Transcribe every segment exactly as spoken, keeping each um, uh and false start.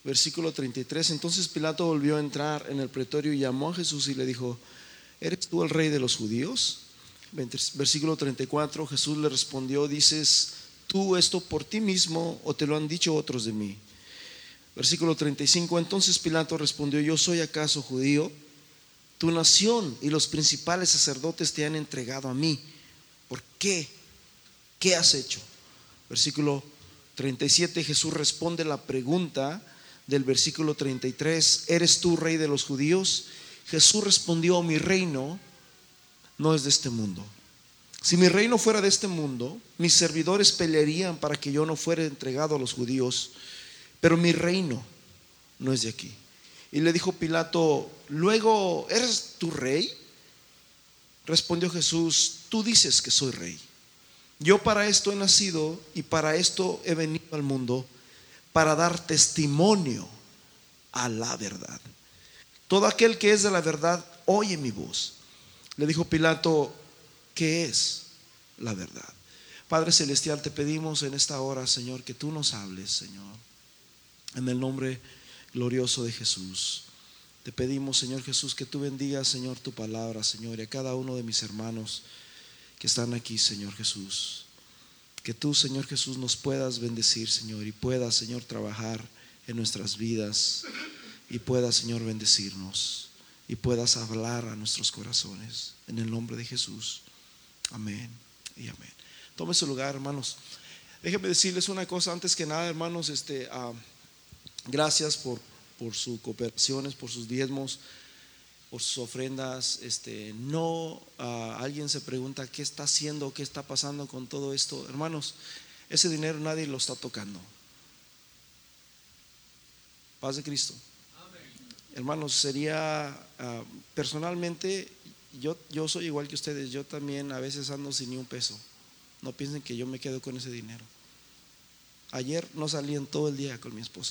versículo treinta y tres. Entonces Pilato volvió a entrar en el pretorio y llamó a Jesús y le dijo: ¿eres tú el rey de los judíos? Versículo treinta y cuatro. Jesús le respondió: ¿dices tú esto por ti mismo o te lo han dicho otros de mí? Versículo treinta y cinco. Entonces Pilato respondió: ¿yo soy acaso judío? Tu nación y los principales sacerdotes te han entregado a mí. ¿Por qué? ¿Qué has hecho? Versículo treinta y siete. Jesús responde la pregunta del versículo treinta y tres: ¿eres tú rey de los judíos? Jesús respondió: mi reino no es de este mundo. Si mi reino fuera de este mundo, mis servidores pelearían para que yo no fuera entregado a los judíos, pero mi reino no es de aquí. Y le dijo Pilato: luego, ¿eres tú rey? Respondió Jesús: tú dices que soy rey. Yo para esto he nacido y para esto he venido al mundo, para dar testimonio a la verdad. Todo aquel que es de la verdad oye mi voz. Le dijo Pilato: ¿qué es la verdad? Padre celestial, te pedimos en esta hora, Señor, que tú nos hables, Señor, en el nombre glorioso de Jesús. Te pedimos, Señor Jesús, que tú bendigas, Señor, tu palabra, Señor, y a cada uno de mis hermanos que están aquí, Señor Jesús. Que tú, Señor Jesús, nos puedas bendecir, Señor, y puedas, Señor, trabajar en nuestras vidas, y puedas, Señor, bendecirnos, y puedas hablar a nuestros corazones, en el nombre de Jesús. Amén y amén. Tome su lugar, hermanos. Déjenme decirles una cosa antes que nada, hermanos. Este, uh, gracias por, por sus cooperaciones, por sus diezmos, por sus ofrendas. Este, no, uh, alguien se pregunta qué está haciendo, qué está pasando con todo esto. Hermanos, ese dinero nadie lo está tocando. Paz de Cristo. Hermanos, sería uh, personalmente, yo, yo soy igual que ustedes. Yo también a veces ando sin ni un peso. No piensen que yo me quedo con ese dinero. Ayer no salí en todo el día con mi esposa.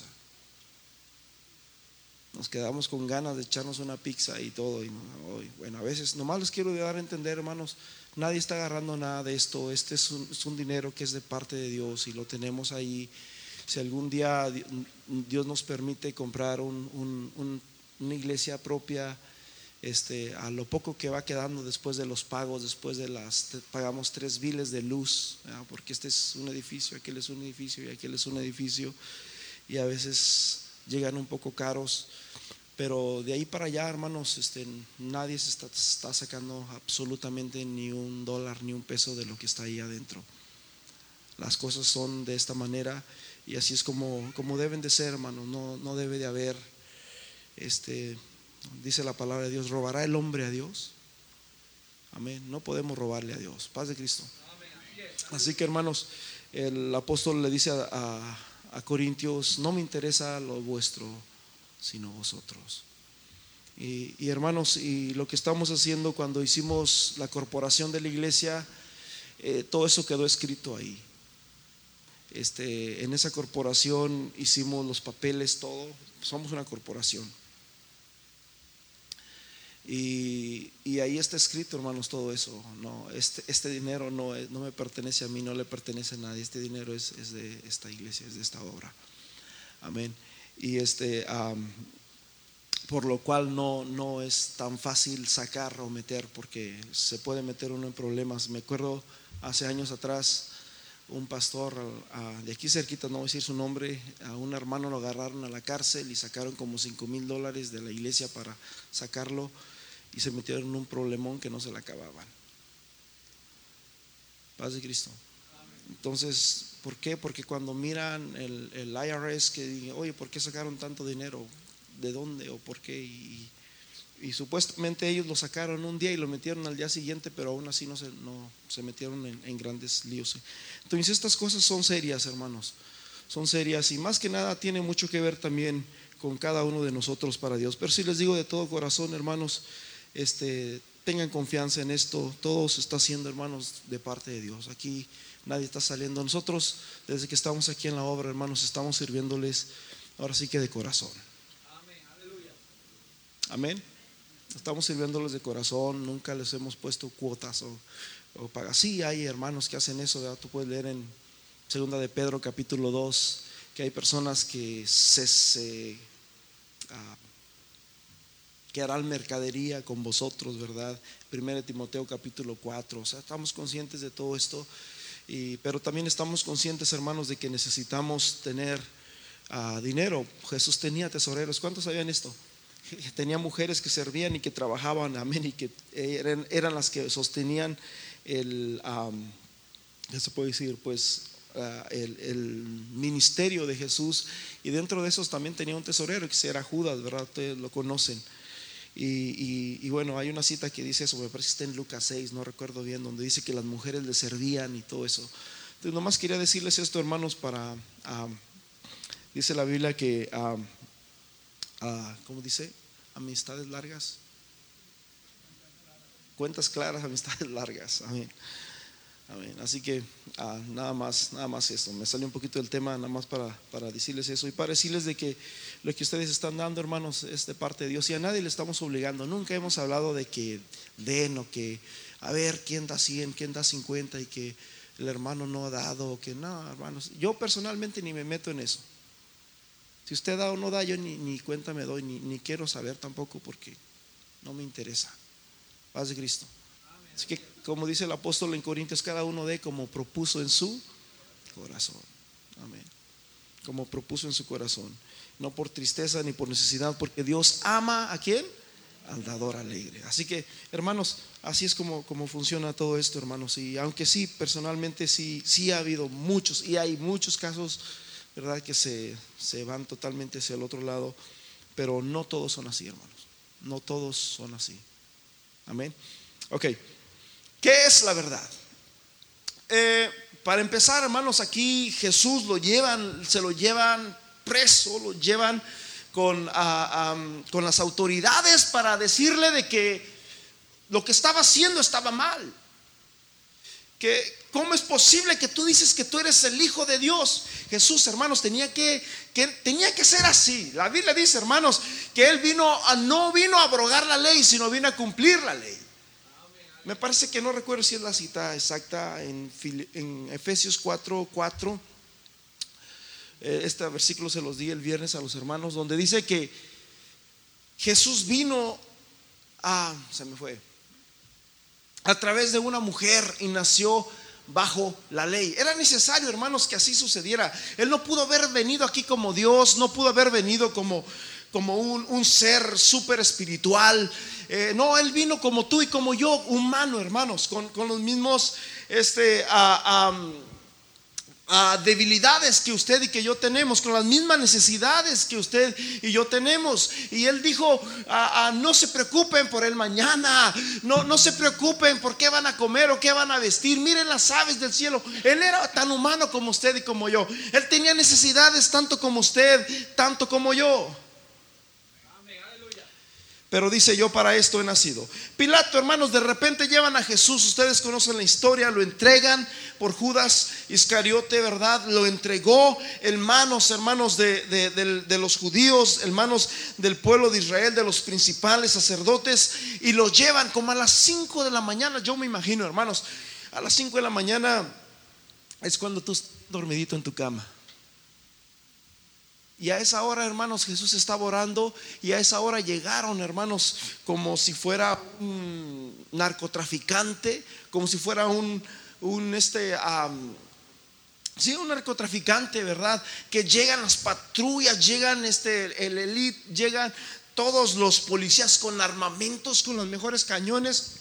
Nos quedamos con ganas de echarnos una pizza y todo. Y bueno, a veces nomás les quiero dar a entender, hermanos, nadie está agarrando nada de esto. Este es un, es un dinero que es de parte de Dios y lo tenemos ahí. Si algún día Dios nos permite comprar un, un, un, una iglesia propia, este, a lo poco que va quedando después de los pagos, después de las, pagamos tres biles de luz, ¿verdad? Porque este es un edificio, aquel es un edificio y aquel es un edificio, y a veces llegan un poco caros, pero de ahí para allá, hermanos, este, nadie se está, está sacando absolutamente ni un dólar ni un peso de lo que está ahí adentro. Las cosas son de esta manera y así es como, como deben de ser, hermanos. No, no debe de haber, este, dice la palabra de Dios: ¿robará el hombre a Dios? Amén. No podemos robarle a Dios. Paz de Cristo. Así que, hermanos, el apóstol le dice a, a, a Corintios: no me interesa lo vuestro, sino vosotros. Y, y hermanos, y lo que estamos haciendo cuando hicimos la corporación de la iglesia, eh, todo eso quedó escrito ahí. Este, en esa corporación hicimos los papeles, todo. Somos una corporación. Y, y ahí está escrito, hermanos, todo eso. No, este, este dinero no, es, no me pertenece a mí, no le pertenece a nadie. Este dinero es, es de esta iglesia, es de esta obra. Amén. Y este, um, por lo cual no, no es tan fácil sacar o meter, porque se puede meter uno en problemas. Me acuerdo hace años atrás, un pastor uh, de aquí cerquita, no voy a decir su nombre, a un hermano lo agarraron a la cárcel y sacaron como cinco mil dólares de la iglesia para sacarlo, y se metieron en un problemón que no se le acababan. Paz de Cristo. Entonces, ¿por qué? Porque cuando miran el, el I R S, que dicen: oye, ¿por qué sacaron tanto dinero? ¿De dónde o por qué? Y, y supuestamente ellos lo sacaron un día y lo metieron al día siguiente, pero aún así no se, no, se metieron en, en grandes líos. Entonces estas cosas son serias, hermanos, son serias, y más que nada tiene mucho que ver también con cada uno de nosotros para Dios. Pero sí les digo de todo corazón, hermanos, este, tengan confianza en esto. Todo se está haciendo, hermanos, de parte de Dios. Aquí nadie está saliendo. Nosotros, desde que estamos aquí en la obra, hermanos, estamos sirviéndoles ahora sí que de corazón. Amén, aleluya. Amén. Estamos sirviéndoles de corazón. Nunca les hemos puesto cuotas o, o pagas. Sí, hay hermanos que hacen eso, ¿verdad? Tú puedes leer en segunda de Pedro capítulo dos, que hay personas que se, se uh, que harán mercadería con vosotros, ¿verdad? Primero Timoteo capítulo cuatro. O sea, estamos conscientes de todo esto, y, pero también estamos conscientes, hermanos, de que necesitamos tener uh, dinero. Jesús tenía tesoreros. ¿Cuántos sabían esto? Tenía mujeres que servían y que trabajaban, amén, y que eran, eran las que sostenían el, um, ¿qué se puede decir? Pues uh, el, el ministerio de Jesús. Y dentro de esos también tenía un tesorero que era Judas, ¿verdad? Ustedes lo conocen. Y, y, y bueno, hay una cita que dice eso, me parece que está en Lucas seis, no recuerdo bien, donde dice que las mujeres le servían y todo eso. Entonces nomás quería decirles esto, hermanos, para uh, dice la Biblia que uh, uh, ¿cómo dice? Amistades largas, cuentas claras, amistades largas, amén. Amén. Así que ah, nada más, nada más eso. Me salió un poquito del tema, nada más para, para decirles eso y para decirles de que lo que ustedes están dando, hermanos, es de parte de Dios y a nadie le estamos obligando. Nunca hemos hablado de que den o que a ver quién da cien, quién da cincuenta y que el hermano no ha dado o que no, hermanos. Yo personalmente ni me meto en eso. Si usted da o no da, yo ni, ni cuenta me doy, ni, ni quiero saber tampoco porque no me interesa. Paz de Cristo. Así que, como dice el apóstol en Corintios, cada uno dé como propuso en su corazón. Amén. Como propuso en su corazón. No por tristeza ni por necesidad, porque Dios ama ¿a quién? Al dador alegre. Así que, hermanos, así es como, como funciona todo esto, hermanos. Y aunque sí, personalmente sí, sí ha habido muchos, y hay muchos casos, ¿verdad?, que se, se van totalmente hacia el otro lado, pero no todos son así, hermanos. No todos son así. Amén. Ok. ¿Qué es la verdad? Eh, para empezar, hermanos, aquí Jesús lo llevan, se lo llevan preso, lo llevan con, uh, um, con las autoridades para decirle de que lo que estaba haciendo estaba mal. Que ¿cómo es posible que tú dices que tú eres el Hijo de Dios? Jesús, hermanos, tenía que, que, tenía que ser así. La Biblia dice, hermanos, que Él vino a, no vino a abrogar la ley, sino vino a cumplir la ley. Me parece que no recuerdo si es la cita exacta en, en Efesios cuatro cuatro. Este versículo se los di el viernes a los hermanos, donde dice que Jesús vino a, se me fue, a través de una mujer y nació bajo la ley. Era necesario, hermanos, que así sucediera. Él no pudo haber venido aquí como Dios, no pudo haber venido como, como un, un ser súper espiritual. Eh, no, Él vino como tú y como yo, humano, hermanos, con, con los mismos este, uh, um, uh, debilidades que usted y que yo tenemos, con las mismas necesidades que usted y yo tenemos. Y Él dijo, uh, uh, no se preocupen por el mañana, no, no se preocupen por qué van a comer o qué van a vestir. Miren las aves del cielo. Él era tan humano como usted y como yo. Él tenía necesidades tanto como usted, tanto como yo. Pero dice, yo para esto he nacido. Pilato, hermanos, de repente llevan a Jesús. Ustedes conocen la historia. Lo entregan por Judas Iscariote, ¿verdad? Lo entregó en manos, hermanos, de, de, de, de los judíos, en manos del pueblo de Israel, de los principales sacerdotes. Y lo llevan como a las cinco de la mañana. Yo me imagino, hermanos, a las cinco de la mañana es cuando tú estás dormidito en tu cama. Y a esa hora, hermanos, Jesús estaba orando. Y a esa hora llegaron, hermanos, como si fuera un narcotraficante, como si fuera un, un este, um, sí, un narcotraficante, ¿verdad? Que llegan las patrullas, llegan este, el elite, llegan todos los policías con armamentos, con los mejores cañones,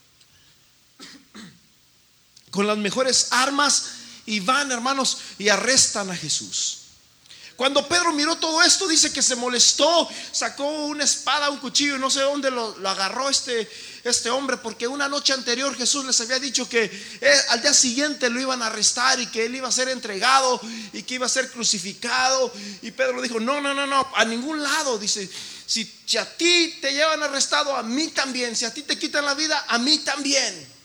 con las mejores armas, y van, hermanos, y arrestan a Jesús. Cuando Pedro miró todo esto, dice que se molestó, sacó una espada, un cuchillo, no sé dónde lo, lo agarró este, este hombre, porque una noche anterior Jesús les había dicho que eh, al día siguiente lo iban a arrestar y que él iba a ser entregado y que iba a ser crucificado. Y Pedro dijo, no, no, no, no, a ningún lado. Dice, si, si a ti te llevan arrestado, a mí también. Si a ti te quitan la vida, a mí también.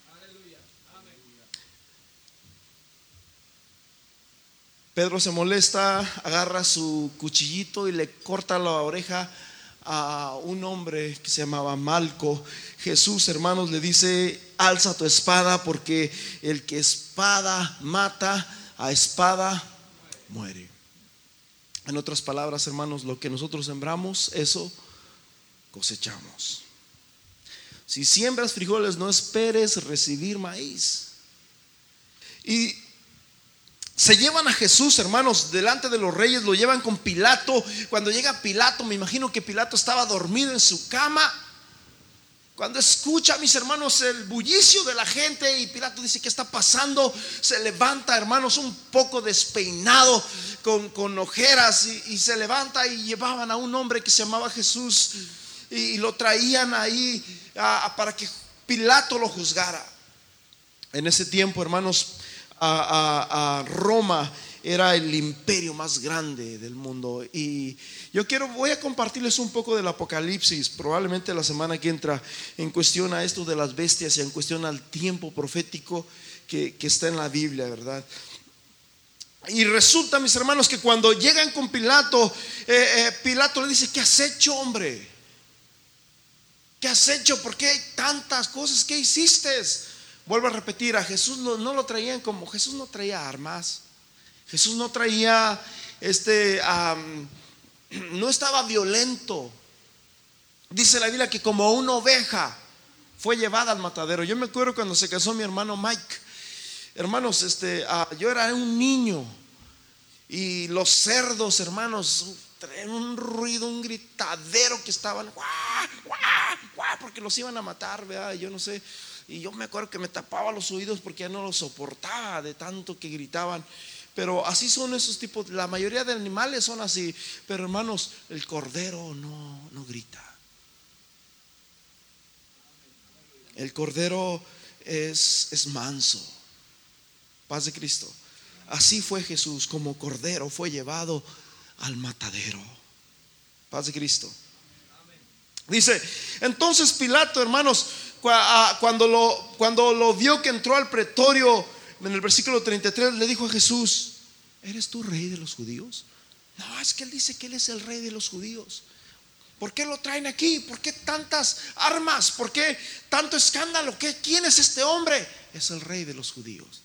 Pedro se molesta, agarra su cuchillito y le corta la oreja a un hombre que se llamaba Malco. Jesús, hermanos, le dice, alza tu espada, porque el que espada mata, a espada muere. En otras palabras, hermanos, lo que nosotros sembramos, eso cosechamos. Si siembras frijoles, no esperes recibir maíz. Y se llevan a Jesús, hermanos, delante de los reyes, lo llevan con Pilato. Cuando llega Pilato, me imagino que Pilato estaba dormido en su cama. Cuando escucha, mis hermanos, el bullicio de la gente y Pilato dice: ¿qué está pasando? Se levanta, hermanos, un poco despeinado, con, con ojeras, y, y se levanta, y llevaban a un hombre que se llamaba Jesús, y, y lo traían ahí a, a, para que Pilato lo juzgara. En ese tiempo, hermanos, a, a, a Roma era el imperio más grande del mundo. Y yo quiero, voy a compartirles un poco del Apocalipsis, probablemente la semana que entra, en cuestión a esto de las bestias y en cuestión al tiempo profético que, que está en la Biblia, ¿verdad? Y resulta, mis hermanos, que cuando llegan con Pilato, eh, eh, Pilato le dice: ¿qué has hecho, hombre? ¿Qué has hecho? ¿Por qué hay tantas cosas que hiciste? Vuelvo a repetir, a Jesús no, no lo traían como, Jesús no traía armas. Jesús no traía, este, um, no estaba violento. Dice la Biblia que como una oveja fue llevada al matadero. Yo me acuerdo cuando se casó mi hermano Mike. Hermanos, este, uh, yo era un niño y los cerdos, hermanos, traían un ruido, un gritadero que estaban, ¡guau, guau, guau!, porque los iban a matar, ¿verdad? Yo no sé. Y yo me acuerdo que me tapaba los oídos porque ya no los soportaba de tanto que gritaban. Pero así son esos tipos, la mayoría de animales son así. Pero hermanos, el cordero no, no grita. El cordero es, es manso. Paz de Cristo. Así fue Jesús, como cordero fue llevado al matadero. Paz de Cristo. Dice, entonces Pilato, hermanos, cuando lo, cuando lo vio que entró al pretorio, en el versículo treinta y tres, le dijo a Jesús: ¿eres tú rey de los judíos? No, es que él dice que él es el rey de los judíos. ¿Por qué lo traen aquí? ¿Por qué tantas armas? ¿Por qué tanto escándalo? ¿Qué, ¿Quién es este hombre? Es el rey de los judíos.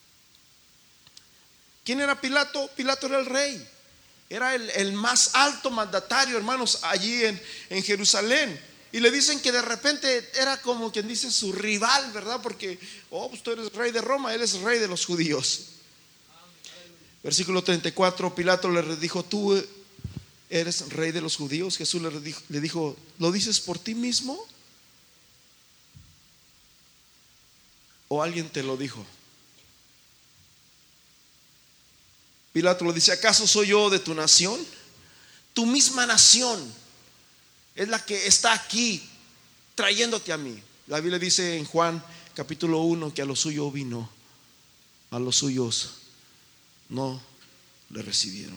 ¿Quién era Pilato? Pilato era el rey. Era el, el más alto mandatario, hermanos, allí en, en Jerusalén. Y le dicen que de repente era como quien dice su rival, ¿verdad? Porque, oh, pues tú eres rey de Roma, él es rey de los judíos. Versículo treinta y cuatro, Pilato le dijo: ¿tú eres rey de los judíos? Jesús le dijo, le dijo: ¿lo dices por ti mismo? ¿O alguien te lo dijo? Pilato le dice: ¿acaso soy yo de tu nación? Tu misma nación es la que está aquí trayéndote a mí. La Biblia dice en Juan capítulo uno que a lo suyo vino, a los suyos no le recibieron.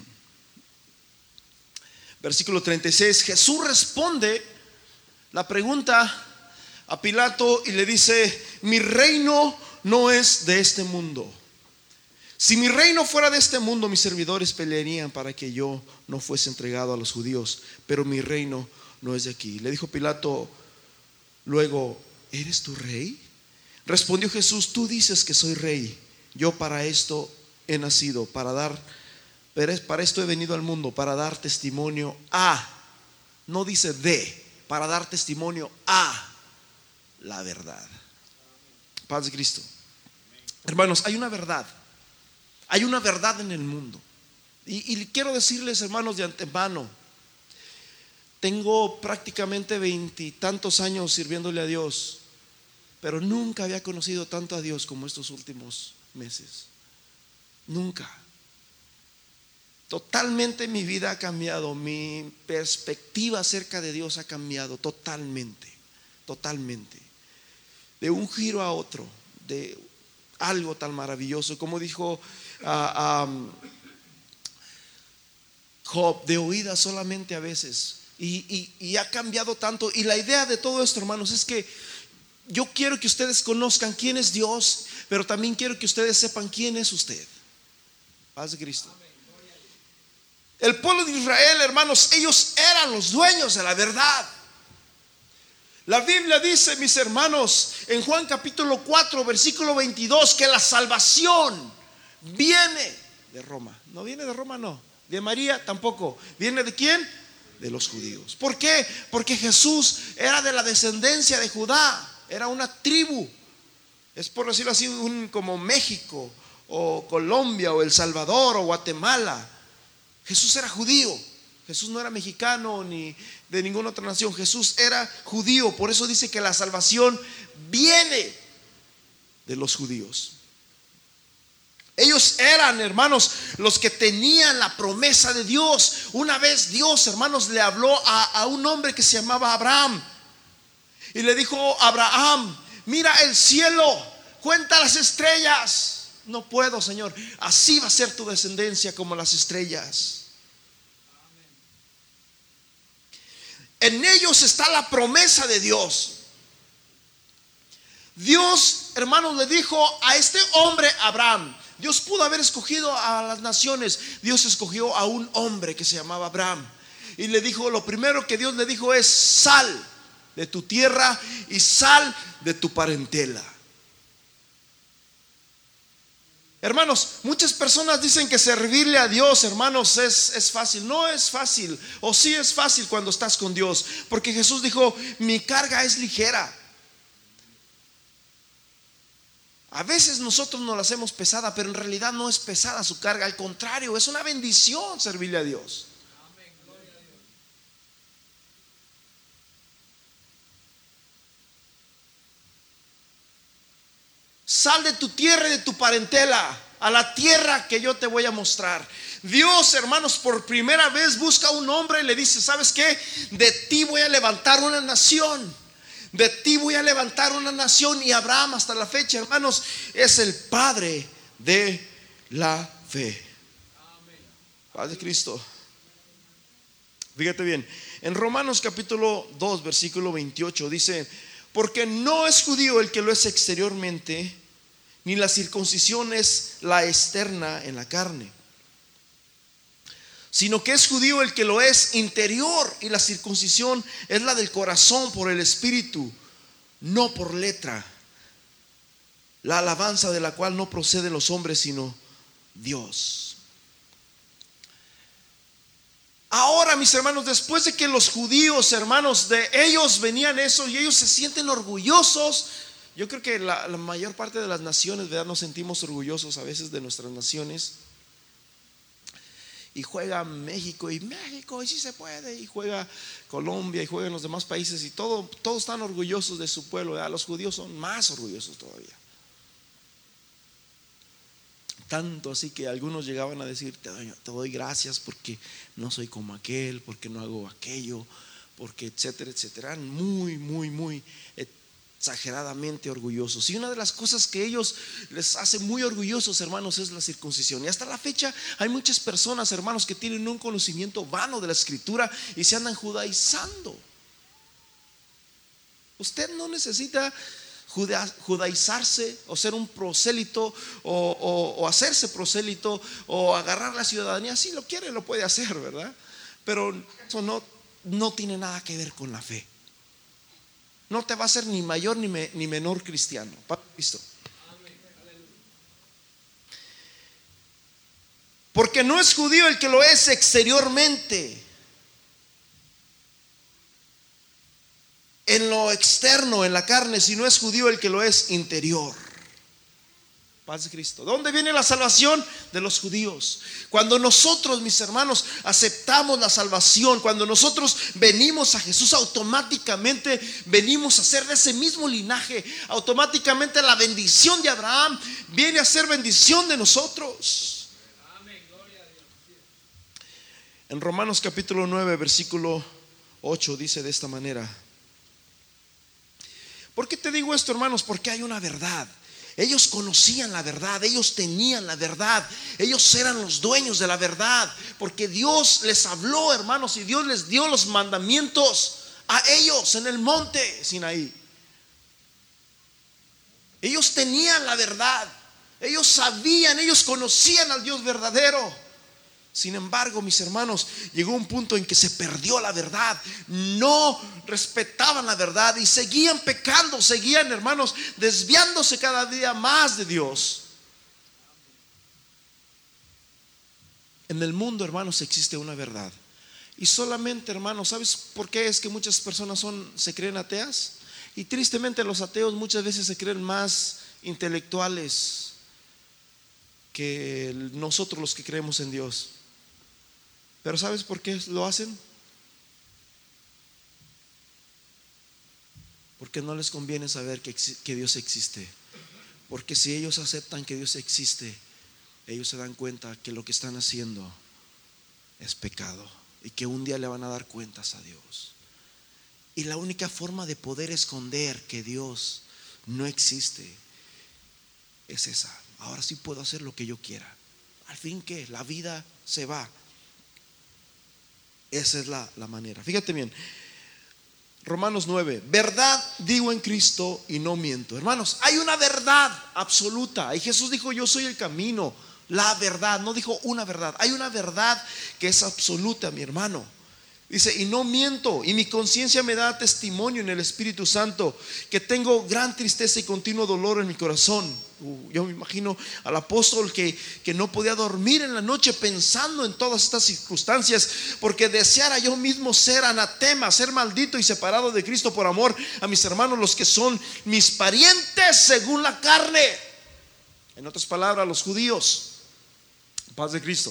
Versículo treinta y seis, Jesús responde la pregunta a Pilato y le dice: mi reino no es de este mundo. Si mi reino fuera de este mundo, mis servidores pelearían para que yo no fuese entregado a los judíos, pero mi reino no es de aquí. Le dijo Pilato luego: ¿eres tu rey? Respondió Jesús: tú dices que soy rey. Yo para esto he nacido, para dar, para esto he venido al mundo, para dar testimonio a, no dice de, para dar testimonio a la verdad. Paz de Cristo. Hermanos, hay una verdad. Hay una verdad en el mundo. Y, y quiero decirles, hermanos, de antemano, tengo prácticamente veintitantos años sirviéndole a Dios, pero nunca había conocido tanto a Dios como estos últimos meses. Nunca. Totalmente mi vida ha cambiado. Mi perspectiva acerca de Dios ha cambiado totalmente. Totalmente. De un giro a otro. De algo tan maravilloso. Como dijo uh, um, Job, de oída solamente a veces. Y, y, y ha cambiado tanto. Y la idea de todo esto, hermanos, es que yo quiero que ustedes conozcan quién es Dios, pero también quiero que ustedes sepan quién es usted. Paz de Cristo. El pueblo de Israel, hermanos, ellos eran los dueños de la verdad. La Biblia dice, mis hermanos, en Juan capítulo cuatro, versículo veintidós, que la salvación viene de Roma. No viene de Roma, no. De María tampoco. ¿Viene de quién? De los judíos. ¿Por qué? Porque Jesús era de la descendencia de Judá. Era una tribu. Es, por decirlo así, un, como México o Colombia o El Salvador o Guatemala. Jesús era judío. Jesús no era mexicano ni de ninguna otra nación. Jesús era judío. Por eso dice que la salvación viene de los judíos. Ellos eran, hermanos, los que tenían la promesa de Dios. Una vez Dios, hermanos, le habló a, a un hombre que se llamaba Abraham. Y le dijo: Abraham, mira el cielo, cuenta las estrellas. No puedo, Señor. Así va a ser tu descendencia, como las estrellas. En ellos está la promesa de Dios. Dios, hermanos, le dijo a este hombre Abraham. Dios pudo haber escogido a las naciones. Dios escogió a un hombre que se llamaba Abraham. Y le dijo, lo primero que Dios le dijo es: sal de tu tierra y sal de tu parentela. Hermanos, muchas personas dicen que servirle a Dios, hermanos, es, es fácil. No es fácil. O sí es fácil cuando estás con Dios. Porque Jesús dijo: mi carga es ligera. A veces nosotros nos la hacemos pesada, pero en realidad no es pesada su carga. Al contrario, es una bendición servirle a Dios. Sal de tu tierra y de tu parentela a la tierra que yo te voy a mostrar. Dios, hermanos, por primera vez busca a un hombre y le dice: ¿sabes qué? De ti voy a levantar una nación. De ti voy a levantar una nación. Y Abraham, hasta la fecha, hermanos, es el padre de la fe. Paz de Cristo. Fíjate bien, en Romanos capítulo dos, versículo veintiocho dice: porque no es judío el que lo es exteriormente, ni la circuncisión es la externa en la carne, sino que es judío el que lo es interior, y la circuncisión es la del corazón por el espíritu, no por letra, la alabanza de la cual no procede los hombres sino Dios. Ahora, mis hermanos, después de que los judíos, hermanos, de ellos venían eso y ellos se sienten orgullosos. Yo creo que la, la mayor parte de las naciones, ¿verdad?, nos sentimos orgullosos a veces de nuestras naciones. Y juega México y México y sí se puede, y juega Colombia y juegan los demás países y todo, todos están orgullosos de su pueblo, ¿verdad? Los judíos son más orgullosos todavía. Tanto así que algunos llegaban a decir: te doy, te doy gracias porque no soy como aquel, porque no hago aquello, porque etcétera, etcétera. Muy, muy, muy exageradamente orgullosos. Y una de las cosas que ellos les hace muy orgullosos, hermanos, es la circuncisión. Y hasta la fecha hay muchas personas, hermanos, que tienen un conocimiento vano de la escritura y se andan judaizando. Usted no necesita judaizarse o ser un prosélito o, o, o hacerse prosélito o agarrar la ciudadanía. Si lo quiere, lo puede hacer, ¿verdad? Pero eso no, no tiene nada que ver con la fe. No te va a hacer ni mayor ni, me, ni menor cristiano. ¿Listo? Porque no es judío el que lo es exteriormente, en lo externo, en la carne, sino es judío el que lo es interior. Paz de Cristo. ¿De dónde viene la salvación? De los judíos. Cuando nosotros, mis hermanos, aceptamos la salvación, cuando nosotros venimos a Jesús, automáticamente venimos a ser de ese mismo linaje. Automáticamente la bendición de Abraham viene a ser bendición de nosotros. En Romanos capítulo nueve, versículo ocho dice de esta manera: ¿por qué te digo esto, hermanos? Porque hay una verdad. Ellos conocían la verdad, ellos tenían la verdad, ellos eran los dueños de la verdad, porque Dios les habló, hermanos, y Dios les dio los mandamientos a ellos en el monte Sinaí. Ellos tenían la verdad, ellos sabían, ellos conocían al Dios verdadero. Sin embargo, mis hermanos, llegó un punto en que se perdió la verdad. No respetaban la verdad y seguían pecando, seguían, hermanos, desviándose cada día más de Dios. En el mundo, hermanos, existe una verdad. Y solamente, hermanos, ¿sabes por qué es que muchas personas son, se creen ateas? Y tristemente los ateos muchas veces se creen más intelectuales que nosotros los que creemos en Dios. Pero ¿sabes por qué lo hacen? Porque no les conviene saber que, que Dios existe. Porque si ellos aceptan que Dios existe, ellos se dan cuenta que lo que están haciendo es pecado y que un día le van a dar cuentas a Dios. Y la única forma de poder esconder que Dios no existe es esa. Ahora sí puedo hacer lo que yo quiera. Al fin que la vida se va. Esa es la, la manera. Fíjate bien, Romanos nueve, verdad digo en Cristo y no miento. Hermanos, hay una verdad absoluta. Y Jesús dijo: yo soy el camino, la verdad. No dijo una verdad, hay una verdad que es absoluta, mi hermano. Dice: y no miento, y mi conciencia me da testimonio en el Espíritu Santo que tengo gran tristeza y continuo dolor en mi corazón. Uh, yo me imagino al apóstol que, que no podía dormir en la noche pensando en todas estas circunstancias, porque deseara yo mismo ser anatema, ser maldito y separado de Cristo por amor a mis hermanos, los que son mis parientes según la carne. En otras palabras, los judíos. Paz de Cristo.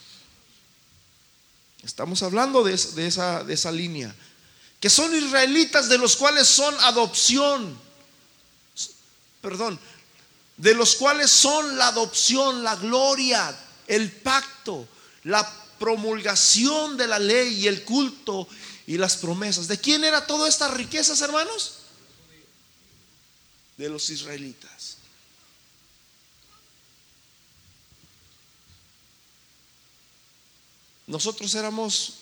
Estamos hablando de, de, esa, de esa línea, que son israelitas, de los cuales son adopción, perdón, de los cuales son la adopción, la gloria, el pacto, la promulgación de la ley y el culto y las promesas. ¿De quién era todas estas riquezas, hermanos? De los israelitas. Nosotros éramos,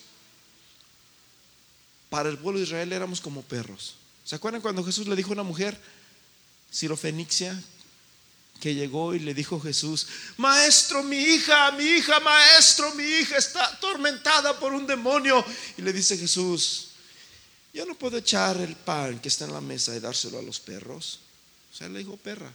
para el pueblo de Israel éramos como perros. ¿Se acuerdan cuando Jesús le dijo a una mujer sirofenicia que llegó y le dijo Jesús: maestro, mi hija, mi hija, maestro, mi hija está atormentada por un demonio? Y le dice Jesús: yo no puedo echar el pan que está en la mesa y dárselo a los perros. O sea, le dijo perra.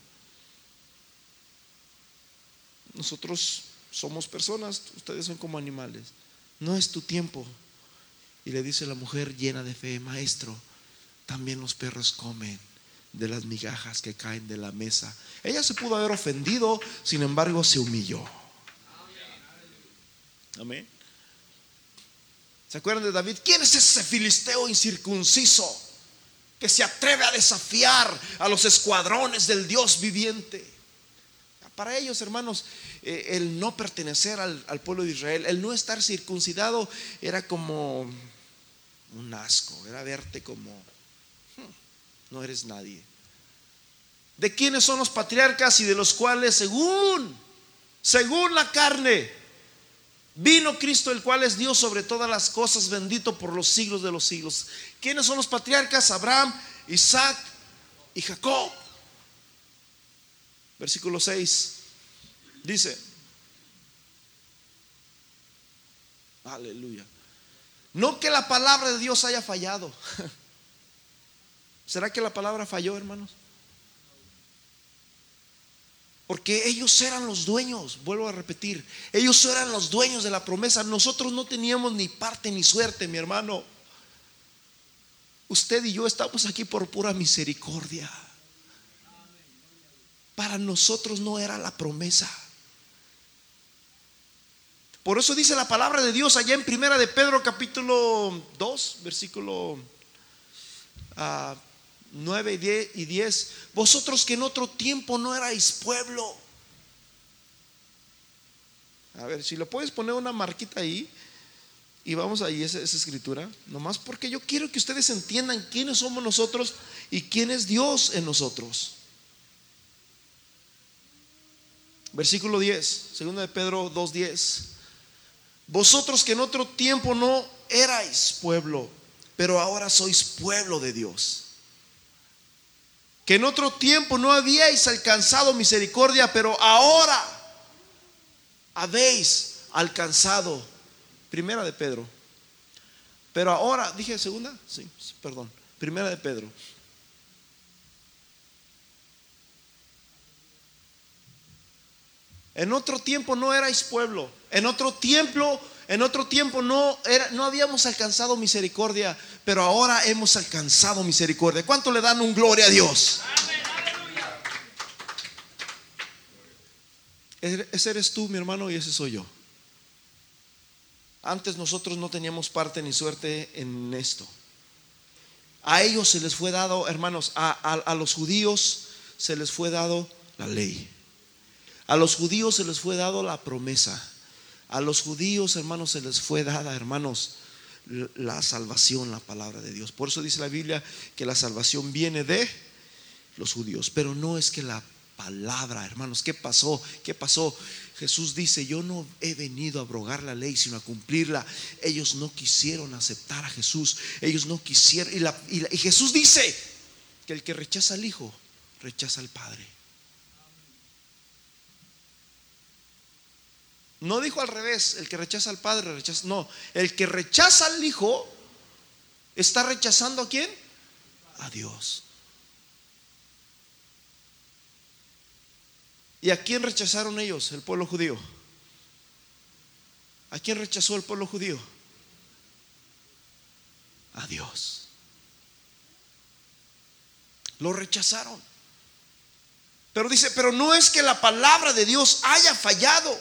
Nosotros somos personas, ustedes son como animales. No es tu tiempo. Y le dice la mujer llena de fe: maestro, también los perros comen de las migajas que caen de la mesa. Ella se pudo haber ofendido, sin embargo se humilló. Amén. ¿Se acuerdan de David? ¿Quién es ese filisteo incircunciso que se atreve a desafiar a los escuadrones del Dios viviente? Para ellos, hermanos, eh, el no pertenecer al, al pueblo de Israel, el no estar circuncidado, era como un asco, era verte como hmm, no eres nadie. ¿De quiénes son los patriarcas y de los cuales según, según la carne, vino Cristo, el cual es Dios sobre todas las cosas, bendito por los siglos de los siglos? ¿Quiénes son los patriarcas? Abraham, Isaac y Jacob. Versículo seis dice: aleluya. No que la palabra de Dios haya fallado. ¿Será que la palabra falló, hermanos? Porque ellos eran los dueños, vuelvo a repetir, ellos eran los dueños de la promesa. Nosotros no teníamos ni parte ni suerte, mi hermano. Usted y yo estamos aquí por pura misericordia. Para nosotros no era la promesa. Por eso dice la palabra de Dios allá en Primera de Pedro capítulo dos, versículo uh, nueve y diez: vosotros que en otro tiempo no erais pueblo. A ver, si lo puedes poner una marquita ahí, y vamos ahí, esa, esa escritura, nomás porque yo quiero que ustedes entiendan quiénes somos nosotros y quién es Dios en nosotros. Versículo diez, segunda de Pedro dos diez: vosotros que en otro tiempo no erais pueblo, pero ahora sois pueblo de Dios. Que en otro tiempo no habíais alcanzado misericordia, pero ahora habéis alcanzado. Primera de Pedro. Pero ahora, dije segunda, sí, perdón. Primera de Pedro. En otro tiempo no erais pueblo. En otro tiempo, en otro tiempo no era, no habíamos alcanzado misericordia, pero ahora hemos alcanzado misericordia. ¿Cuánto le dan un gloria a Dios? Ese eres tú, mi hermano, y ese soy yo. Antes nosotros no teníamos parte ni suerte en esto. A ellos se les fue dado, hermanos, a, a, a los judíos se les fue dado la ley. A los judíos se les fue dado la promesa. A los judíos, hermanos, se les fue dada, hermanos, la salvación, la palabra de Dios. Por eso dice la Biblia que la salvación viene de los judíos. Pero no es que la palabra, hermanos, ¿qué pasó? ¿Qué pasó? Jesús dice: yo no he venido a abrogar la ley, sino a cumplirla. Ellos no quisieron aceptar a Jesús. Ellos no quisieron. Y, la, y, la, y Jesús dice que el que rechaza al Hijo, rechaza al Padre. No dijo al revés, el que rechaza al Padre rechaza. No, el que rechaza al Hijo está rechazando ¿a quién? A Dios. ¿Y a quién rechazaron ellos? El pueblo judío. ¿A quién rechazó el pueblo judío? A Dios. Lo rechazaron. Pero dice, pero no es que la palabra de Dios haya fallado.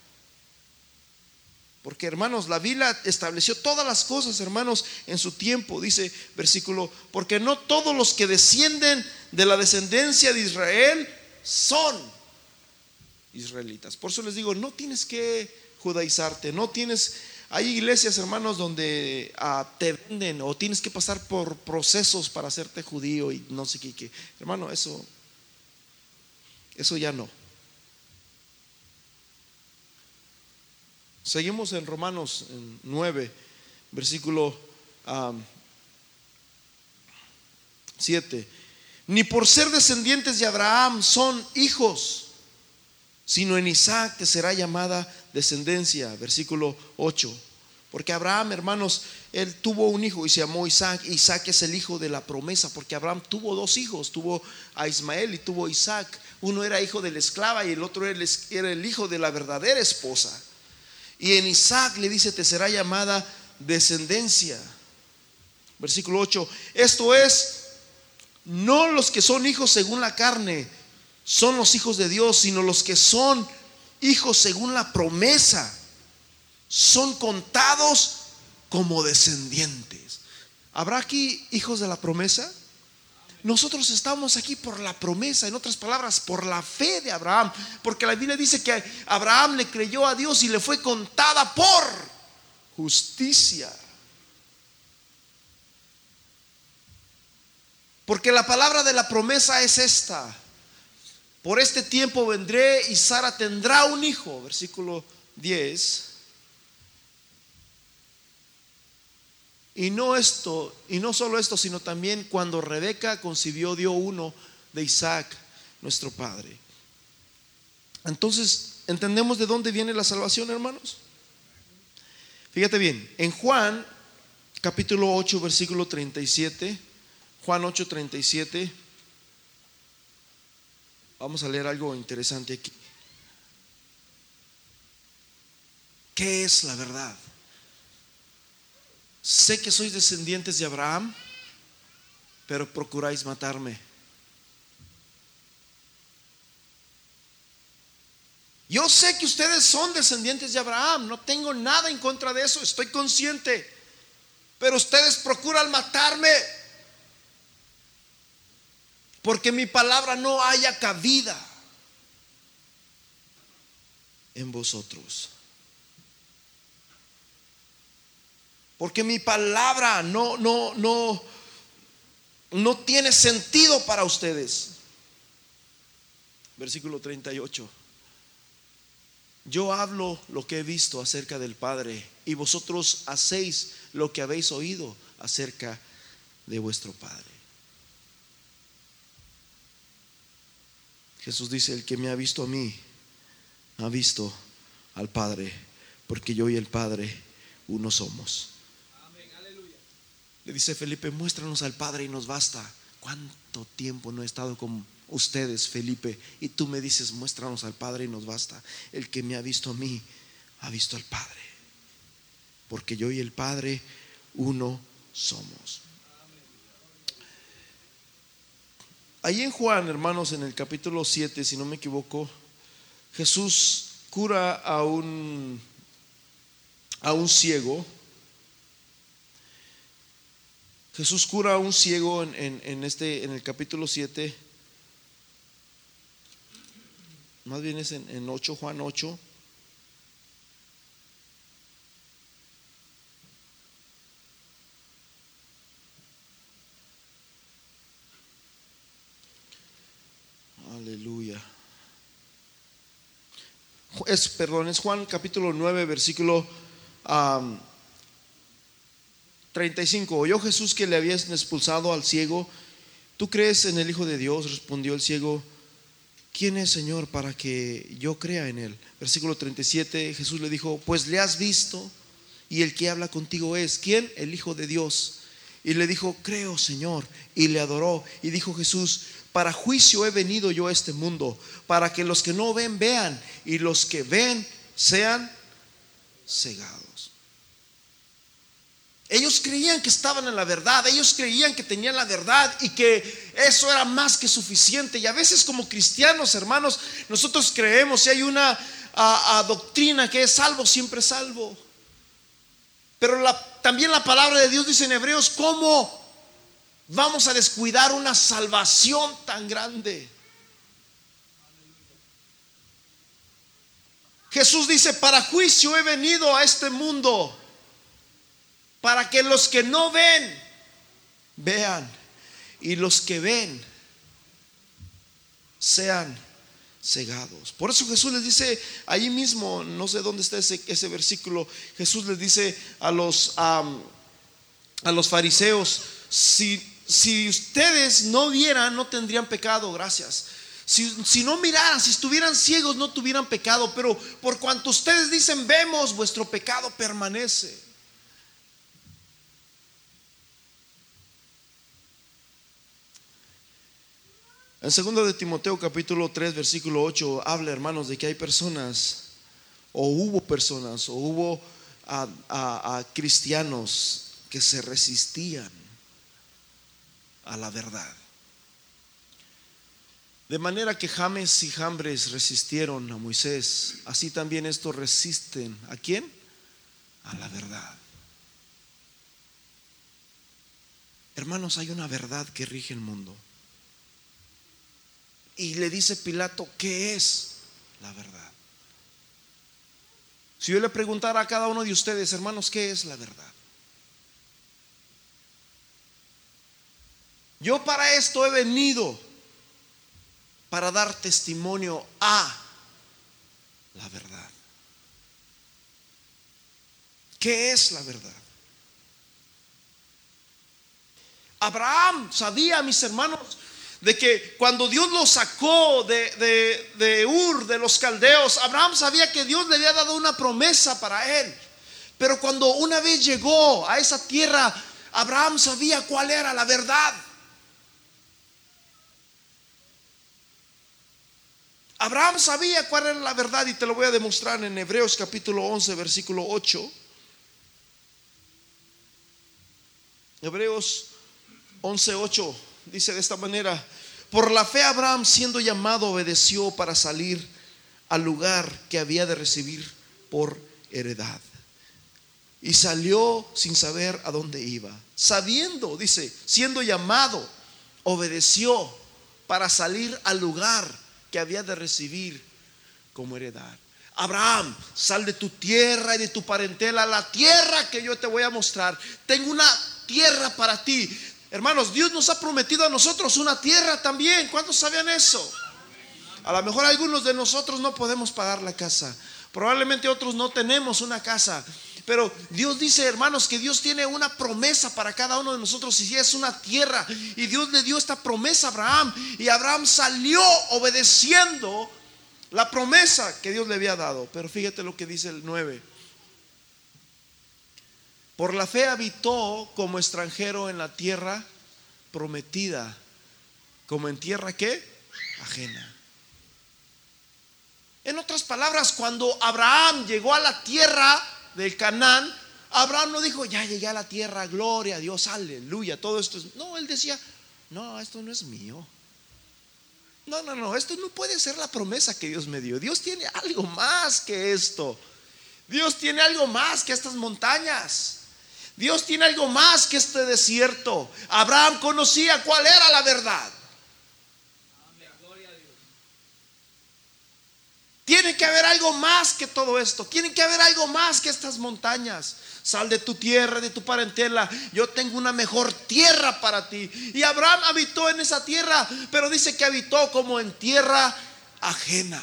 Porque, hermanos, la Biblia estableció todas las cosas, hermanos, en su tiempo. Dice versículo: porque no todos los que descienden de la descendencia de Israel son israelitas. Por eso les digo, no tienes que judaizarte. No tienes, hay iglesias, hermanos, donde ah, te venden o tienes que pasar por procesos para hacerte judío y no sé qué, qué. Hermano, eso Eso ya no. Seguimos en Romanos nueve, versículo um, siete. Ni por ser descendientes de Abraham son hijos, sino en Isaac te será llamada descendencia. Versículo ocho. Porque Abraham, hermanos, él tuvo un hijo y se llamó Isaac. Isaac es el hijo de la promesa, porque Abraham tuvo dos hijos, tuvo a Ismael y tuvo a Isaac. Uno era hijo de la esclava y el otro era el hijo de la verdadera esposa. Y en Isaac le dice: te será llamada descendencia. Versículo ocho. Esto es, no los que son hijos según la carne son los hijos de Dios, sino los que son hijos según la promesa son contados como descendientes. ¿Habrá aquí hijos de la promesa? Nosotros estamos aquí por la promesa, en otras palabras, por la fe de Abraham. Porque la Biblia dice que Abraham le creyó a Dios y le fue contada por justicia. Porque la palabra de la promesa es esta: por este tiempo vendré y Sara tendrá un hijo. Versículo diez. Y no esto, y no solo esto, sino también cuando Rebeca concibió, dio uno de Isaac, nuestro padre. Entonces, ¿entendemos de dónde viene la salvación, hermanos? Fíjate bien, en Juan capítulo ocho, versículo treinta y siete. Juan ocho, treinta y siete. Vamos a leer algo interesante aquí. ¿Qué es la verdad? Sé que sois descendientes de Abraham, pero procuráis matarme. Yo sé que ustedes son descendientes de Abraham, no tengo nada en contra de eso, estoy consciente. Pero ustedes procuran matarme, porque mi palabra no haya cabida en vosotros. Porque mi palabra no, no, no, no tiene sentido para ustedes. Versículo treinta y ocho. Yo hablo lo que he visto acerca del Padre, y vosotros hacéis lo que habéis oído acerca de vuestro Padre. Jesús dice: el que me ha visto a mí, ha visto al Padre, porque yo y el Padre uno somos. Le dice Felipe: muéstranos al Padre y nos basta. ¿cuánto tiempo no he estado con ustedes, Felipe? Y tú me dices, muéstranos al Padre y nos basta. El que me ha visto a mí, ha visto al Padre. Porque yo y el Padre uno somos. Ahí en Juan, hermanos, en el capítulo siete, si no me equivoco, Jesús cura a un, a un ciego. Jesús cura a un ciego en, en, en, este, en el capítulo siete. Más bien es en, en ocho, Juan ocho. Aleluya. Es, perdón, es Juan capítulo nueve, versículo um, treinta y cinco. Oyó Jesús que le habían expulsado al ciego. ¿Tú crees en el Hijo de Dios? Respondió el ciego. ¿Quién es, Señor, para que yo crea en él? Versículo treinta y siete. Jesús le dijo, pues le has visto, y el que habla contigo es, ¿quién? El Hijo de Dios. Y le dijo, creo, Señor, y le adoró. Y dijo Jesús, para juicio he venido yo a este mundo, para que los que no ven vean, y los que ven sean cegados. Ellos creían que estaban en la verdad, ellos creían que tenían la verdad y que eso era más que suficiente. Y a veces como cristianos, hermanos, nosotros creemos, si hay una a, a doctrina que es salvo, siempre salvo. Pero la, también la palabra de Dios dice en Hebreos, ¿cómo vamos a descuidar una salvación tan grande? Jesús dice, para juicio he venido a este mundo, para que los que no ven, vean, y los que ven, sean cegados. Por eso Jesús les dice, ahí mismo, no sé dónde está ese, ese versículo, Jesús les dice a los, um, a los fariseos, si, si ustedes no vieran, no tendrían pecado, gracias. Si, si no miraran, si estuvieran ciegos, no tuvieran pecado, pero por cuanto ustedes dicen, vemos, vuestro pecado permanece. En segundo de Timoteo capítulo tres versículo ocho habla, hermanos, de que hay personas, o hubo personas, o hubo a, a, a cristianos que se resistían a la verdad. De manera que James y Jambres resistieron a Moisés, así también estos resisten, ¿a quién? A la verdad. Hermanos, hay una verdad que rige el mundo. Y le dice Pilato, ¿qué es la verdad? Si yo le preguntara a cada uno de ustedes, hermanos, ¿qué es la verdad? Yo para esto he venido, para dar testimonio a la verdad. ¿Qué es la verdad? Abraham sabía, mis hermanos, de que cuando Dios lo sacó de, de, de Ur, de los caldeos, Abraham sabía que Dios le había dado una promesa para él. Pero cuando una vez llegó a esa tierra, Abraham sabía cuál era la verdad. Abraham sabía cuál era la verdad, y te lo voy a demostrar en Hebreos capítulo once versículo ocho. Hebreos once ocho dice de esta manera: por la fe Abraham, siendo llamado, obedeció para salir al lugar que había de recibir por heredad, y salió sin saber a dónde iba. Sabiendo, dice, siendo llamado, obedeció para salir al lugar que había de recibir como heredad. Abraham, sal de tu tierra y de tu parentela a la tierra que yo te voy a mostrar. Tengo una tierra para ti. Hermanos, Dios nos ha prometido a nosotros una tierra también. ¿Cuántos sabían eso? A lo mejor algunos de nosotros no podemos pagar la casa, probablemente otros no tenemos una casa, pero Dios dice, hermanos, que Dios tiene una promesa para cada uno de nosotros, y si es una tierra, y Dios le dio esta promesa a Abraham, y Abraham salió obedeciendo la promesa que Dios le había dado. Pero fíjate lo que dice el nueve: por la fe habitó como extranjero en la tierra prometida, como en tierra ¿qué? Ajena. En otras palabras, cuando Abraham llegó a la tierra del Canaán, Abraham no dijo, ya llegué a la tierra, gloria a Dios, aleluya, todo esto es. No, él decía, no, esto no es mío. No, no, no, esto no puede ser la promesa que Dios me dio. Dios tiene algo más que esto. Dios tiene algo más que estas montañas. Dios tiene algo más que este desierto. Abraham conocía cuál era la verdad. Tiene que haber algo más que todo esto. Tiene que haber algo más que estas montañas. Sal de tu tierra, de tu parentela. Yo tengo una mejor tierra para ti. Y Abraham habitó en esa tierra, pero dice que habitó como en tierra ajena.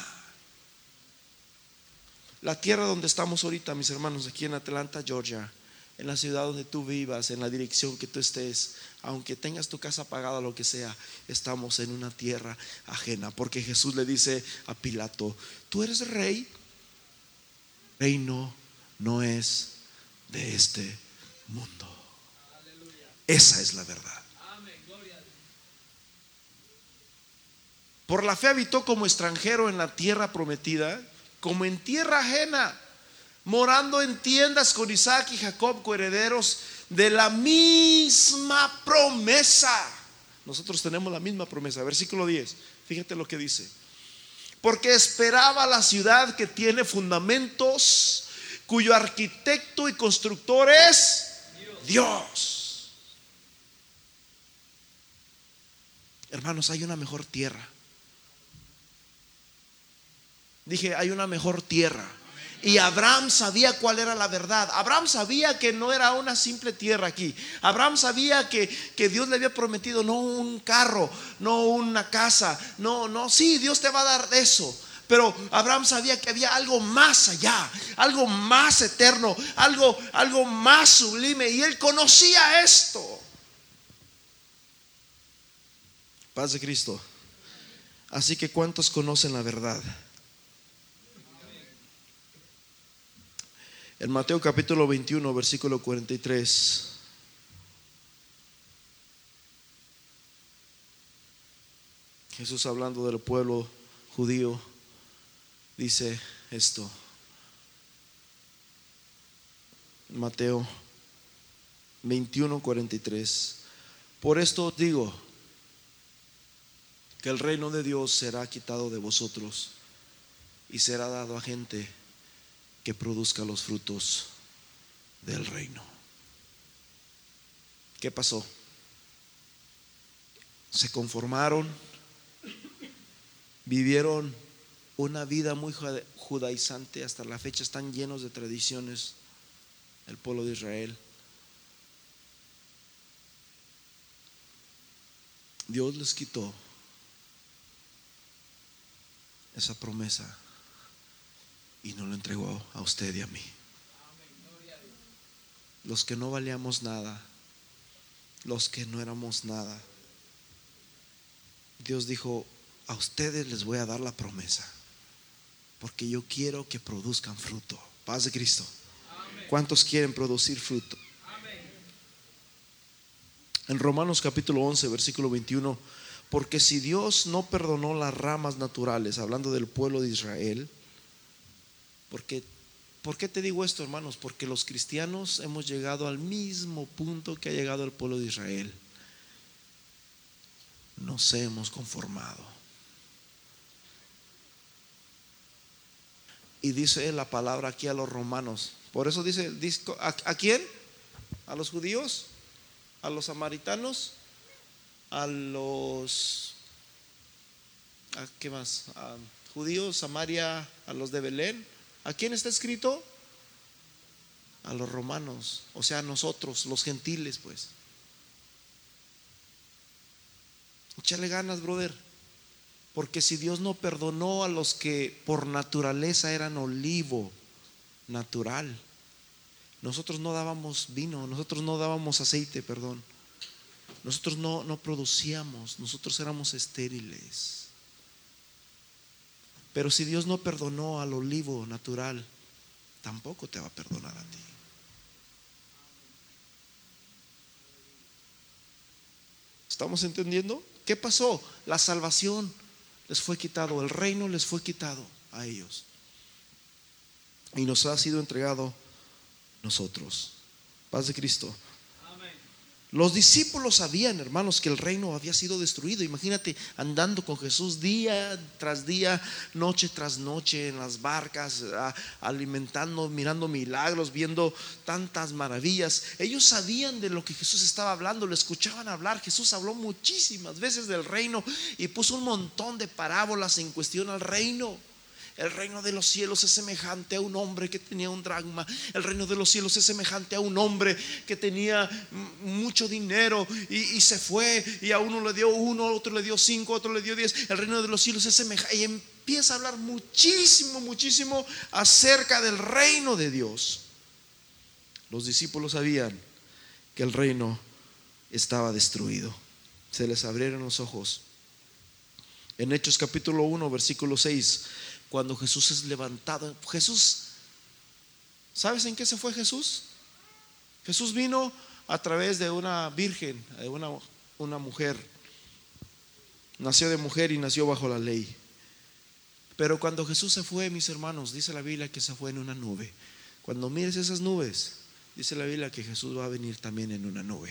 La tierra donde estamos ahorita, mis hermanos, aquí en Atlanta, Georgia, en la ciudad donde tú vivas, en la dirección que tú estés, aunque tengas tu casa pagada, lo que sea, estamos en una tierra ajena. Porque Jesús le dice a Pilato, tú eres rey. Reino no es de este mundo. Esa es la verdad. Por la fe habitó como extranjero en la tierra prometida, como en tierra ajena, morando en tiendas con Isaac y Jacob, coherederos de la misma promesa. Nosotros tenemos la misma promesa. Versículo diez, fíjate lo que dice: porque esperaba la ciudad que tiene fundamentos, cuyo arquitecto y constructor es Dios. Dios. Hermanos, hay una mejor tierra. Dije, hay una mejor tierra. Y Abraham sabía cuál era la verdad. Abraham sabía que no era una simple tierra aquí. Abraham sabía que, que Dios le había prometido no un carro, no una casa, no, no, sí, Dios te va a dar eso. Pero Abraham sabía que había algo más allá, algo más eterno, algo, algo más sublime. Y él conocía esto. Paz de Cristo. Así que ¿cuántos conocen la verdad? En Mateo capítulo veintiuno, versículo cuarenta y tres. Jesús, hablando del pueblo judío, dice esto. Mateo veintiuno, cuarenta y tres. Por esto os digo que el reino de Dios será quitado de vosotros y será dado a gente que produzca los frutos del reino. ¿Qué pasó? Se conformaron, vivieron una vida muy judaizante. Hasta la fecha están llenos de tradiciones el pueblo de Israel. Dios les quitó esa promesa y no lo entregó a usted y a mí. Los que no valíamos nada, los que no éramos nada, Dios dijo, a ustedes les voy a dar la promesa, porque yo quiero que produzcan fruto. Paz de Cristo. ¿Cuántos quieren producir fruto? En Romanos capítulo once, versículo veintiuno, porque si Dios no perdonó las ramas naturales, hablando del pueblo de Israel, porque, ¿por qué te digo esto, hermanos? Porque los cristianos hemos llegado al mismo punto que ha llegado el pueblo de Israel. Nos hemos conformado. Y dice la palabra aquí a los romanos. Por eso dice, ¿a, a quién? ¿A los judíos? ¿A los samaritanos? ¿A los a qué más? ¿A judíos, Samaria, a los de Belén? ¿A quién está escrito? A los romanos, o sea, a nosotros, los gentiles, pues. Échale ganas, brother. Porque si Dios no perdonó a los que por naturaleza eran olivo natural, nosotros no dábamos vino, nosotros no dábamos aceite, perdón. Nosotros no, no producíamos, nosotros éramos estériles. Pero si Dios no perdonó al olivo natural, tampoco te va a perdonar a ti. ¿Estamos entendiendo? ¿Qué pasó? La salvación les fue quitado, el reino les fue quitado a ellos y nos ha sido entregado nosotros. Paz de Cristo. Los discípulos sabían, hermanos, que el reino había sido destruido. Imagínate andando con Jesús día tras día, noche tras noche en las barcas, alimentando, mirando milagros, viendo tantas maravillas. Ellos sabían de lo que Jesús estaba hablando, lo escuchaban hablar. Jesús habló muchísimas veces del reino y puso un montón de parábolas en cuestión al reino. El reino de los cielos es semejante a un hombre que tenía un dracma. El reino de los cielos es semejante a un hombre que tenía mucho dinero y, y se fue, y a uno le dio uno, a otro le dio cinco, a otro le dio diez. El reino de los cielos es semejante. Y empieza a hablar muchísimo, muchísimo acerca del reino de Dios. Los discípulos sabían que el reino estaba destruido. Se les abrieron los ojos. En Hechos capítulo uno, versículo seis, cuando Jesús es levantado, Jesús, ¿sabes en qué se fue Jesús? Jesús vino a través de una virgen, de una, una mujer. Nació de mujer y nació bajo la ley. Pero cuando Jesús se fue, mis hermanos, dice la Biblia que se fue en una nube. Cuando mires esas nubes, dice la Biblia que Jesús va a venir también en una nube.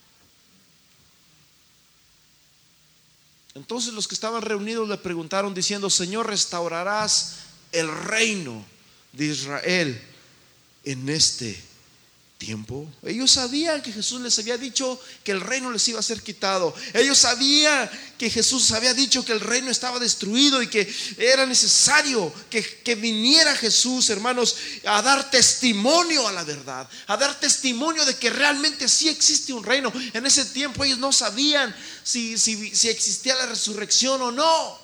Entonces los que estaban reunidos le preguntaron diciendo: Señor, ¿restaurarás el reino de Israel en este tiempo? Ellos sabían que Jesús les había dicho que el reino les iba a ser quitado. Ellos sabían que Jesús había dicho que el reino estaba destruido y que era necesario que, que viniera Jesús, hermanos, a dar testimonio a la verdad, a dar testimonio de que realmente sí existe un reino. En ese tiempo ellos no sabían si, si, si existía la resurrección o no.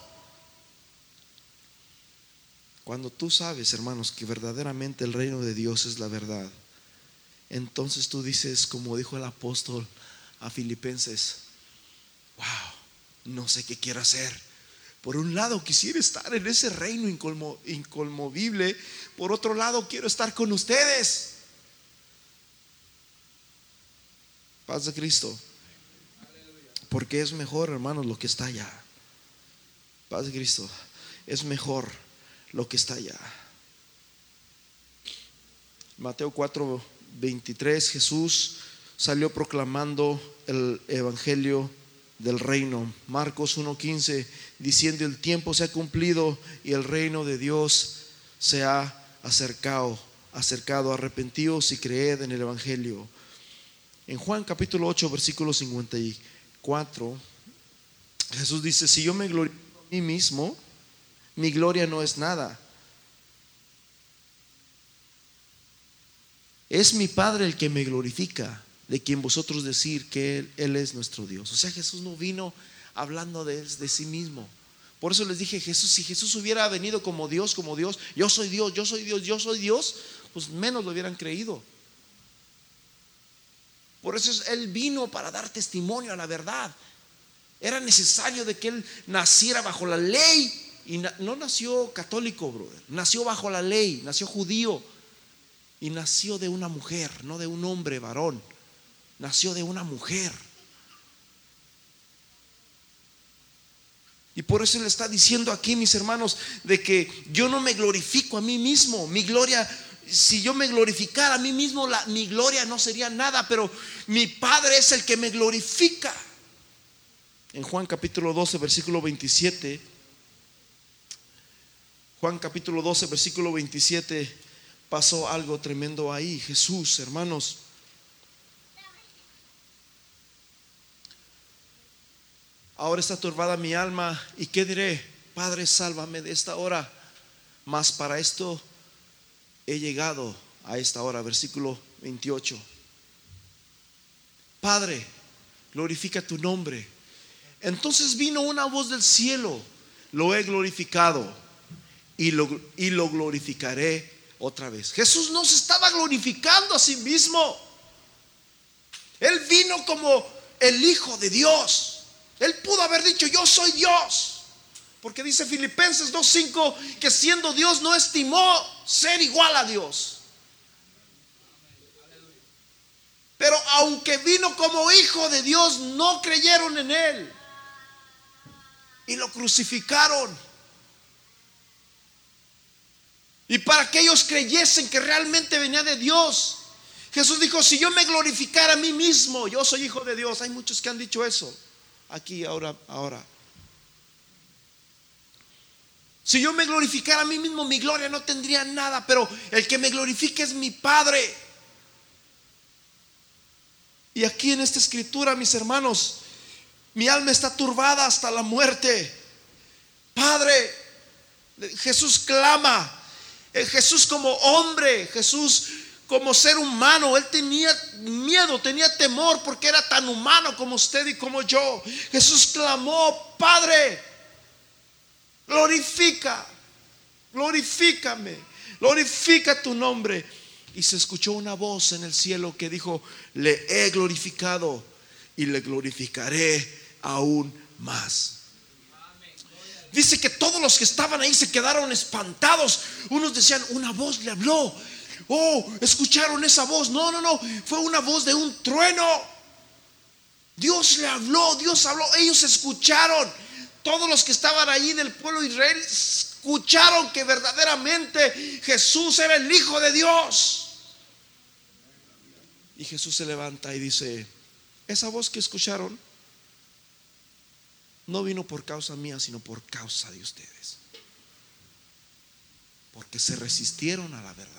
Cuando tú sabes, hermanos, que verdaderamente el reino de Dios es la verdad, entonces tú dices, como dijo el apóstol a Filipenses: wow, no sé qué quiero hacer. Por un lado quisiera estar en ese reino incolmo, inconmovible. Por otro lado quiero estar con ustedes. Paz de Cristo. Porque es mejor, hermanos, lo que está allá. Paz de Cristo. Es mejor lo que está allá. Mateo cuatro veintitrés, Jesús salió proclamando el evangelio del reino. Marcos uno quince, diciendo: el tiempo se ha cumplido y el reino de Dios se ha acercado, acercado, arrepentíos y creed en el evangelio. En Juan capítulo ocho, versículo cincuenta y cuatro, Jesús dice: si yo me glorifico a mí mismo, mi gloria no es nada. Es mi Padre el que me glorifica, de quien vosotros decir que Él, Él es nuestro Dios. O sea, Jesús no vino hablando de, de sí mismo. Por eso les dije, Jesús, si Jesús hubiera venido como Dios, como Dios, yo soy Dios, yo soy Dios, yo soy Dios, pues menos lo hubieran creído. Por eso Él vino para dar testimonio a la verdad. Era necesario de que Él naciera bajo la ley. Y na, no nació católico, brother. Nació bajo la ley, nació judío. Y nació de una mujer, no de un hombre varón. Nació de una mujer. Y por eso Él está diciendo aquí, mis hermanos, de que yo no me glorifico a mí mismo. Mi gloria, si yo me glorificara a mí mismo, la, mi gloria no sería nada. Pero mi Padre es el que me glorifica. En Juan capítulo doce, versículo veintisiete. Juan capítulo doce, versículo veintisiete. Pasó algo tremendo ahí. Jesús, hermanos, ahora está turbada mi alma, ¿y qué diré? Padre, sálvame de esta hora. Mas para esto he llegado a esta hora. Versículo veintiocho. Padre, glorifica tu nombre. Entonces vino una voz del cielo: lo he glorificado y lo, y lo glorificaré otra vez. Jesús no se estaba glorificando a sí mismo. Él vino como el Hijo de Dios. Él pudo haber dicho: yo soy Dios, porque dice Filipenses dos cinco que siendo Dios no estimó ser igual a Dios. Pero aunque vino como hijo de Dios, no creyeron en él y lo crucificaron. Y para que ellos creyesen que realmente venía de Dios, Jesús dijo: si yo me glorificara a mí mismo, yo soy hijo de Dios. Hay muchos que han dicho eso aquí ahora, ahora. Si yo me glorificara a mí mismo, mi gloria no tendría nada, pero el que me glorifique es mi Padre. Y aquí en esta escritura, mis hermanos, mi alma está turbada hasta la muerte. Padre, Jesús clama. Jesús como hombre, Jesús como ser humano, él tenía miedo, tenía temor porque era tan humano como usted y como yo. Jesús clamó: Padre, glorifica, glorifícame, glorifica tu nombre. Y se escuchó una voz en el cielo que dijo: le he glorificado y le glorificaré aún más. Dice que todos los que estaban ahí se quedaron espantados. Unos decían: una voz le habló. Oh, escucharon esa voz. No, no, no, fue una voz de un trueno. Dios le habló, Dios habló. Ellos escucharon. Todos los que estaban ahí del pueblo de Israel escucharon que verdaderamente Jesús era el Hijo de Dios. Y Jesús se levanta y dice: esa voz que escucharon no vino por causa mía, sino por causa de ustedes, porque se resistieron a la verdad.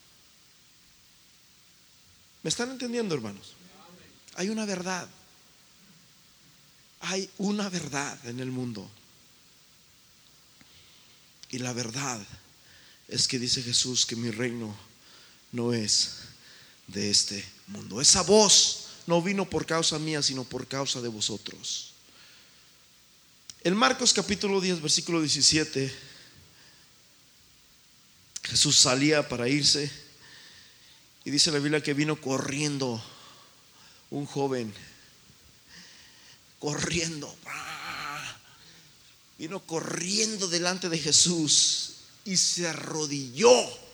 ¿Me están entendiendo, hermanos? Hay una verdad. Hay una verdad en el mundo. Y la verdad es que dice Jesús que mi reino no es de este mundo. Esa voz no vino por causa mía, sino por causa de vosotros. En Marcos capítulo diez, versículo diecisiete, Jesús salía para irse y dice la Biblia que vino corriendo un joven. Corriendo, vino corriendo delante de Jesús y se arrodilló.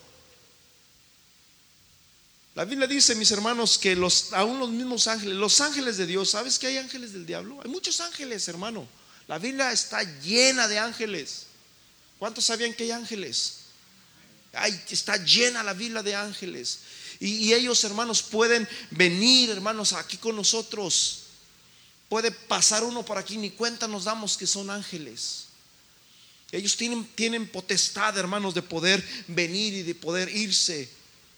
La Biblia dice, mis hermanos, que los, aún los mismos ángeles, los ángeles de Dios, ¿sabes que hay ángeles del diablo? Hay muchos ángeles, hermano. La Biblia está llena de ángeles. ¿Cuántos sabían que hay ángeles? Ay, está llena la Biblia de ángeles. Y, y ellos, hermanos, pueden venir, hermanos, aquí con nosotros. Puede pasar uno por aquí, ni cuenta nos damos que son ángeles. Ellos tienen, tienen potestad, hermanos, de poder venir y de poder irse.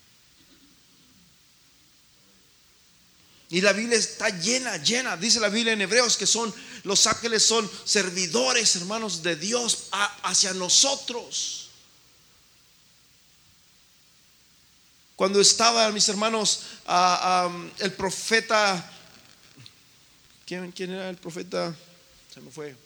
Y la Biblia está llena, llena. Dice la Biblia en Hebreos que son, los ángeles son servidores, hermanos, de Dios a, hacia nosotros. Cuando estaba, mis hermanos, uh, um, el profeta, ¿quién, ¿quién era el profeta? Se me fue.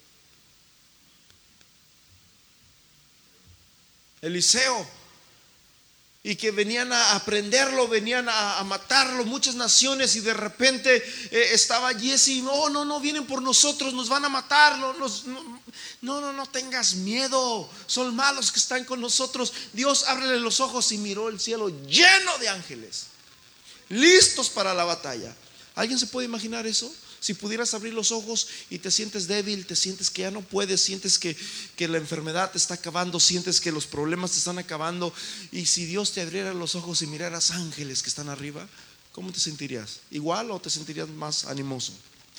Eliseo. Y que venían a aprenderlo, venían a, a matarlo muchas naciones. Y de repente eh, estaba Jesse. No, no, no, vienen por nosotros, nos van a matar. No, nos, no, no, no, no tengas miedo. Son malos que están con nosotros. Dios, ábrele los ojos y miró el cielo lleno de ángeles, listos para la batalla. ¿Alguien se puede imaginar eso? Si pudieras abrir los ojos y te sientes débil, te sientes que ya no puedes, sientes que, que la enfermedad te está acabando, sientes que los problemas te están acabando, y si Dios te abriera los ojos y miraras ángeles que están arriba, ¿cómo te sentirías? ¿Igual o te sentirías más animoso?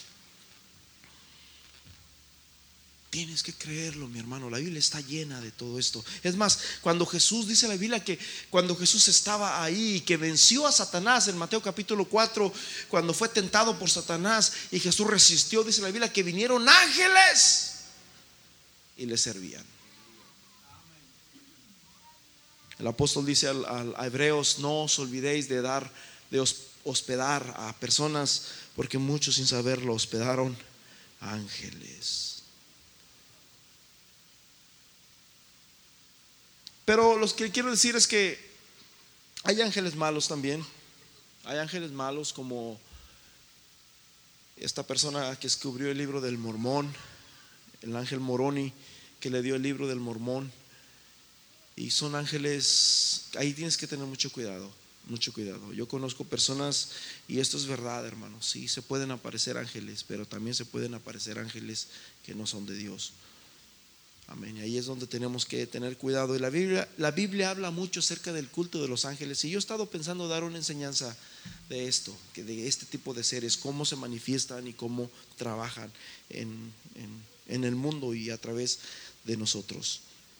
Tienes que creerlo, mi hermano. La Biblia está llena de todo esto. Es más, cuando Jesús, dice la Biblia que cuando Jesús estaba ahí y que venció a Satanás en Mateo capítulo cuatro, cuando fue tentado por Satanás y Jesús resistió, dice la Biblia que vinieron ángeles y le servían. El apóstol dice al, al, a Hebreos: no os olvidéis de dar, de hospedar a personas, porque muchos sin saberlo hospedaron ángeles. Pero lo que quiero decir es que hay ángeles malos también. Hay ángeles malos, como esta persona que escribió el libro del Mormón, el ángel Moroni, que le dio el libro del Mormón. Y son ángeles, ahí tienes que tener mucho cuidado. Mucho cuidado. Yo conozco personas, y esto es verdad, hermanos, sí, se pueden aparecer ángeles, pero también se pueden aparecer ángeles que no son de Dios. Amén. Y ahí es donde tenemos que tener cuidado. Y la Biblia, la Biblia habla mucho acerca del culto de los ángeles. Y yo he estado pensando dar una enseñanza de esto, que de este tipo de seres, cómo se manifiestan y cómo trabajan en, en, en el mundo y a través de nosotros.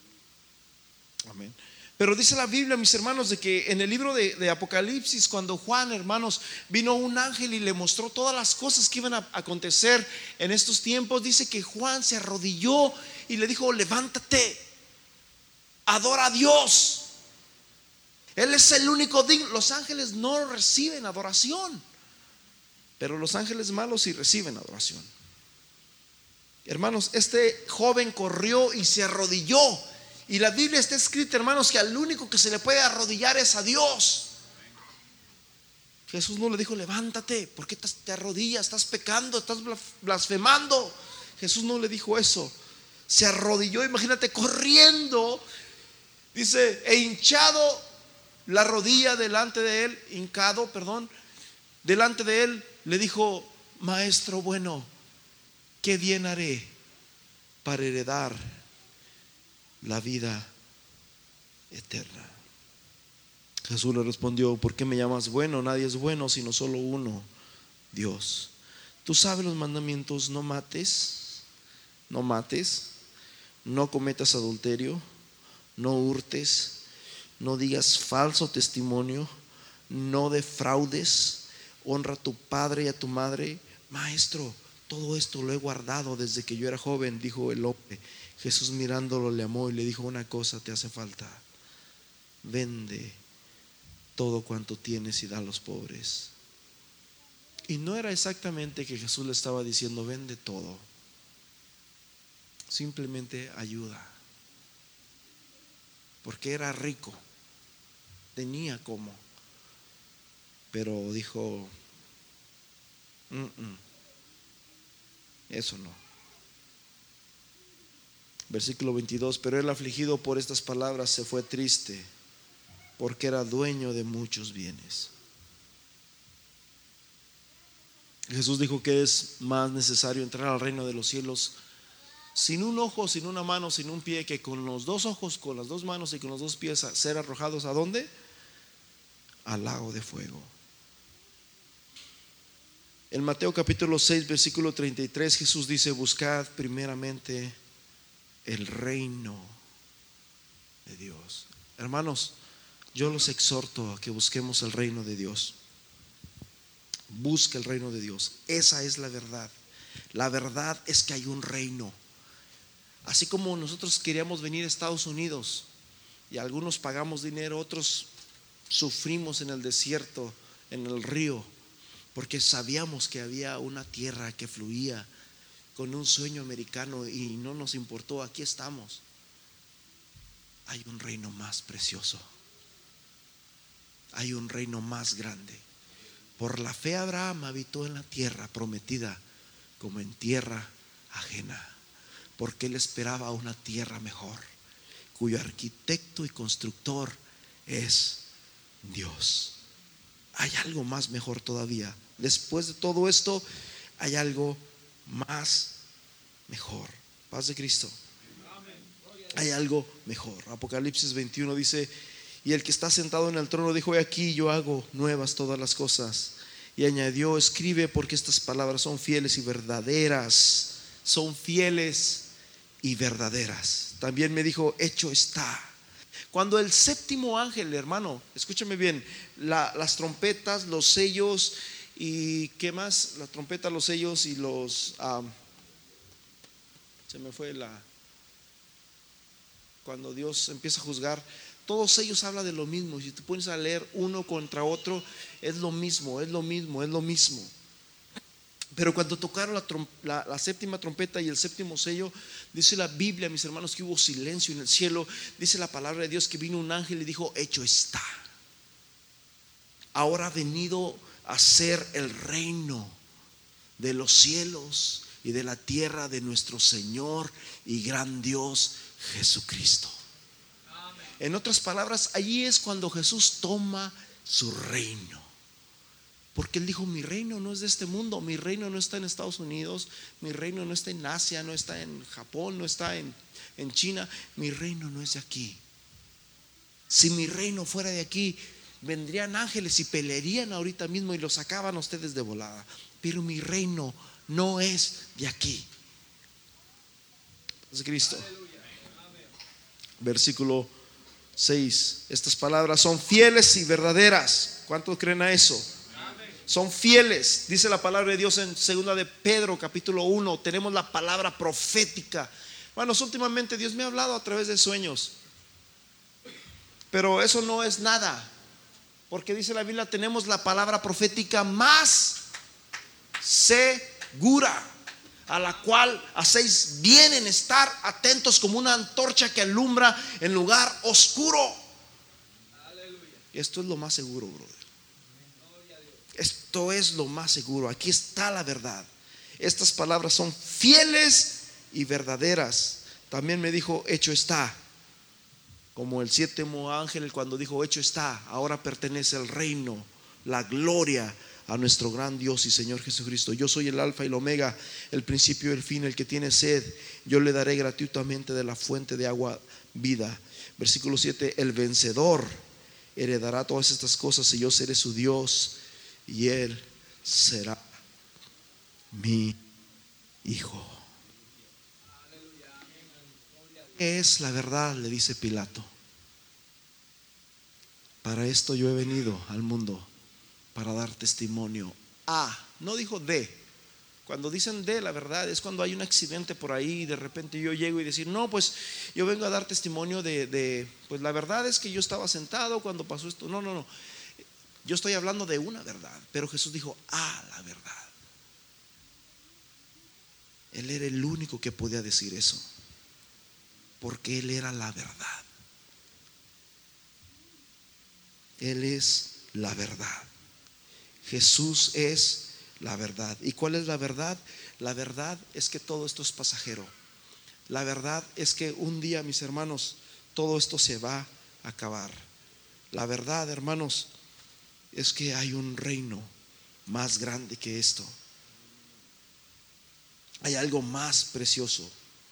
Amén. Pero dice la Biblia, mis hermanos, de que en el libro de, de Apocalipsis, cuando Juan, hermanos, vino un ángel y le mostró todas las cosas que iban a acontecer en estos tiempos, dice que Juan se arrodilló y le dijo: levántate, adora a Dios, Él es el único digno. Los ángeles no reciben adoración, pero los ángeles malos sí reciben adoración. Hermanos, este joven corrió y se arrodilló. Y la Biblia está escrita, hermanos, que al único que se le puede arrodillar es a Dios. Jesús no le dijo: levántate, ¿por qué te arrodillas? Estás pecando, estás blasfemando. Jesús no le dijo eso. Se arrodilló, imagínate, corriendo, dice, e hinchado la rodilla delante de él, hincado, perdón, delante de él, le dijo: maestro bueno, ¿qué bien haré para heredar la vida eterna? Jesús le respondió: ¿por qué me llamas bueno? Nadie es bueno sino solo uno, Dios. Tú sabes los mandamientos: no mates, no mates, no cometas adulterio, no hurtes, no digas falso testimonio, no defraudes, honra a tu padre y a tu madre. Maestro, todo esto lo he guardado desde que yo era joven, dijo el hombre. Jesús, mirándolo, le amó y le dijo: una cosa te hace falta, vende todo cuanto tienes y da a los pobres. Y no era exactamente que Jesús le estaba diciendo: vende todo, simplemente ayuda, porque era rico, tenía cómo, pero dijo: Mm-mm, eso no. Versículo veintidós: pero él, afligido por estas palabras, se fue triste, porque era dueño de muchos bienes. Jesús dijo que es más necesario entrar al reino de los cielos sin un ojo, sin una mano, sin un pie, que con los dos ojos, con las dos manos y con los dos pies ser arrojados ¿a dónde? Al lago de fuego. En Mateo capítulo seis, versículo treinta y tres, Jesús dice: buscad primeramente el reino de Dios. Hermanos, yo los exhorto a que busquemos el reino de Dios. Busca el reino de Dios. Esa es la verdad. La verdad es que hay un reino. Así como nosotros queríamos venir a Estados Unidos y algunos pagamos dinero, otros sufrimos en el desierto, en el río, porque sabíamos que había una tierra que fluía con un sueño americano y no nos importó. Aquí estamos. Hay un reino más precioso, hay un reino más grande. Por la fe Abraham habitó en la tierra prometida como en tierra ajena, porque él esperaba una tierra mejor, cuyo arquitecto y constructor es Dios. Hay algo más mejor todavía. Después de todo esto hay algo más mejor. Paz de Cristo. Hay algo mejor. Apocalipsis veintiuno dice: y el que está sentado en el trono dijo: he aquí, yo hago nuevas todas las cosas. Y añadió: escribe, porque estas palabras son fieles y verdaderas. Son fieles y verdaderas. También me dijo: hecho está. Cuando el séptimo ángel, hermano, escúchame bien, la, las trompetas, los sellos y ¿qué más? La trompeta, los sellos y los um, se me fue la cuando Dios empieza a juzgar, todos ellos hablan de lo mismo. Si te pones a leer uno contra otro, es lo mismo, es lo mismo, es lo mismo. Pero cuando tocaron la, trom- la, la séptima trompeta y el séptimo sello, dice la Biblia, mis hermanos, que hubo silencio en el cielo. Dice la palabra de Dios que vino un ángel y dijo: hecho está. Ahora ha venido a ser el reino de los cielos y de la tierra de nuestro Señor y gran Dios Jesucristo. En otras palabras, allí es cuando Jesús toma su reino. Porque Él dijo: mi reino no es de este mundo, mi reino no está en Estados Unidos, mi reino no está en Asia, no está en Japón, no está en, en China, mi reino no es de aquí. Si mi reino fuera de aquí, vendrían ángeles y pelearían ahorita mismo y los sacaban a ustedes de volada. Pero mi reino no es de aquí. Es Cristo. Versículo seis. Estas palabras son fieles y verdaderas. ¿Cuántos creen a eso? Son fieles. Dice la palabra de Dios en segunda de Pedro capítulo uno. Tenemos la palabra profética. Bueno, últimamente Dios me ha hablado a través de sueños, pero eso no es nada, porque dice la Biblia: tenemos la palabra profética más segura, a la cual hacéis bien en estar atentos como una antorcha que alumbra en lugar oscuro. Esto es lo más seguro, brother. Esto es lo más seguro. Aquí está la verdad. Estas palabras son fieles y verdaderas. También me dijo: hecho está. Como el séptimo ángel cuando dijo: hecho está. Ahora pertenece el reino, la gloria a nuestro gran Dios y Señor Jesucristo. Yo soy el alfa y el omega, el principio y el fin. El que tiene sed, yo le daré gratuitamente de la fuente de agua vida. Versículo siete. El vencedor heredará todas estas cosas, y yo seré su Dios, y él será mi hijo. ¿Qué es la verdad?, le dice Pilato. Para esto yo he venido al mundo, para dar testimonio a, no dijo de. Cuando dicen de, la verdad es cuando hay un accidente por ahí y de repente yo llego y decir: no, pues yo vengo a dar testimonio de, de pues la verdad es que yo estaba sentado cuando pasó esto. No, no, no. Yo estoy hablando de una verdad, pero Jesús dijo: a la verdad. Él era el único que podía decir eso, porque Él era la verdad. Él es la verdad. Jesús es la verdad. ¿Y cuál es la verdad? La verdad es que todo esto es pasajero. La verdad es que un día, mis hermanos, todo esto se va a acabar. La verdad, hermanos, es que hay un reino más grande que esto. Hay algo más precioso.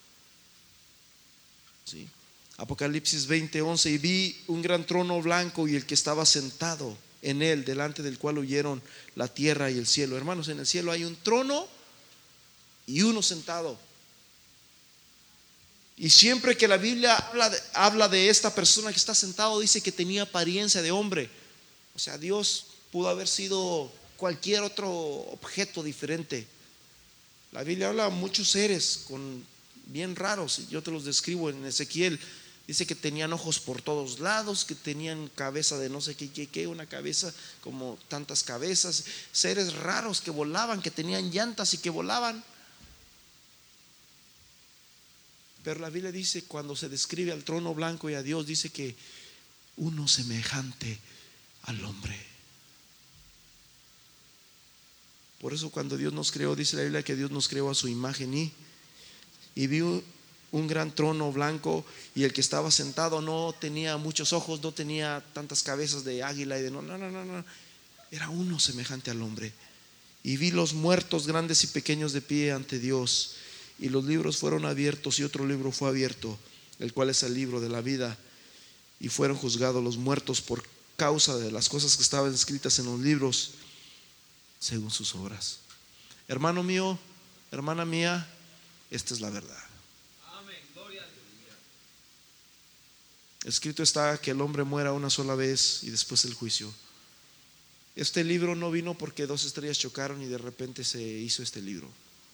¿Sí? Apocalipsis veinte once. Y vi un gran trono blanco y el que estaba sentado en él, delante del cual huyeron la tierra y el cielo. Hermanos, en el cielo hay un trono y uno sentado. Y siempre que la Biblia habla de, habla de esta persona que está sentado, dice que tenía apariencia de hombre. O sea, Dios pudo haber sido cualquier otro objeto diferente. La Biblia habla de muchos seres con bien raros, yo te los describo en Ezequiel. Dice que tenían ojos por todos lados, que tenían cabeza de no sé qué, qué, qué, una cabeza como tantas cabezas, seres raros que volaban, que tenían llantas y que volaban. Pero la Biblia dice, cuando se describe al trono blanco y a Dios, dice que uno semejante al hombre. Por eso cuando Dios nos creó, dice la Biblia que Dios nos creó a su imagen. Y, y vi un gran trono blanco, y el que estaba sentado no tenía muchos ojos, no tenía tantas cabezas de águila y de no, no, no, no, no. Era uno semejante al hombre. Y vi los muertos grandes y pequeños de pie ante Dios, y los libros fueron abiertos, y otro libro fue abierto, el cual es el libro de la vida, y fueron juzgados los muertos por causa de las cosas que estaban escritas en los libros, según sus obras. Hermano mío, hermana mía, esta es la verdad. Escrito está que el hombre muera una sola vez y después el juicio. Este libro no vino porque dos estrellas chocaron y de repente se hizo este libro.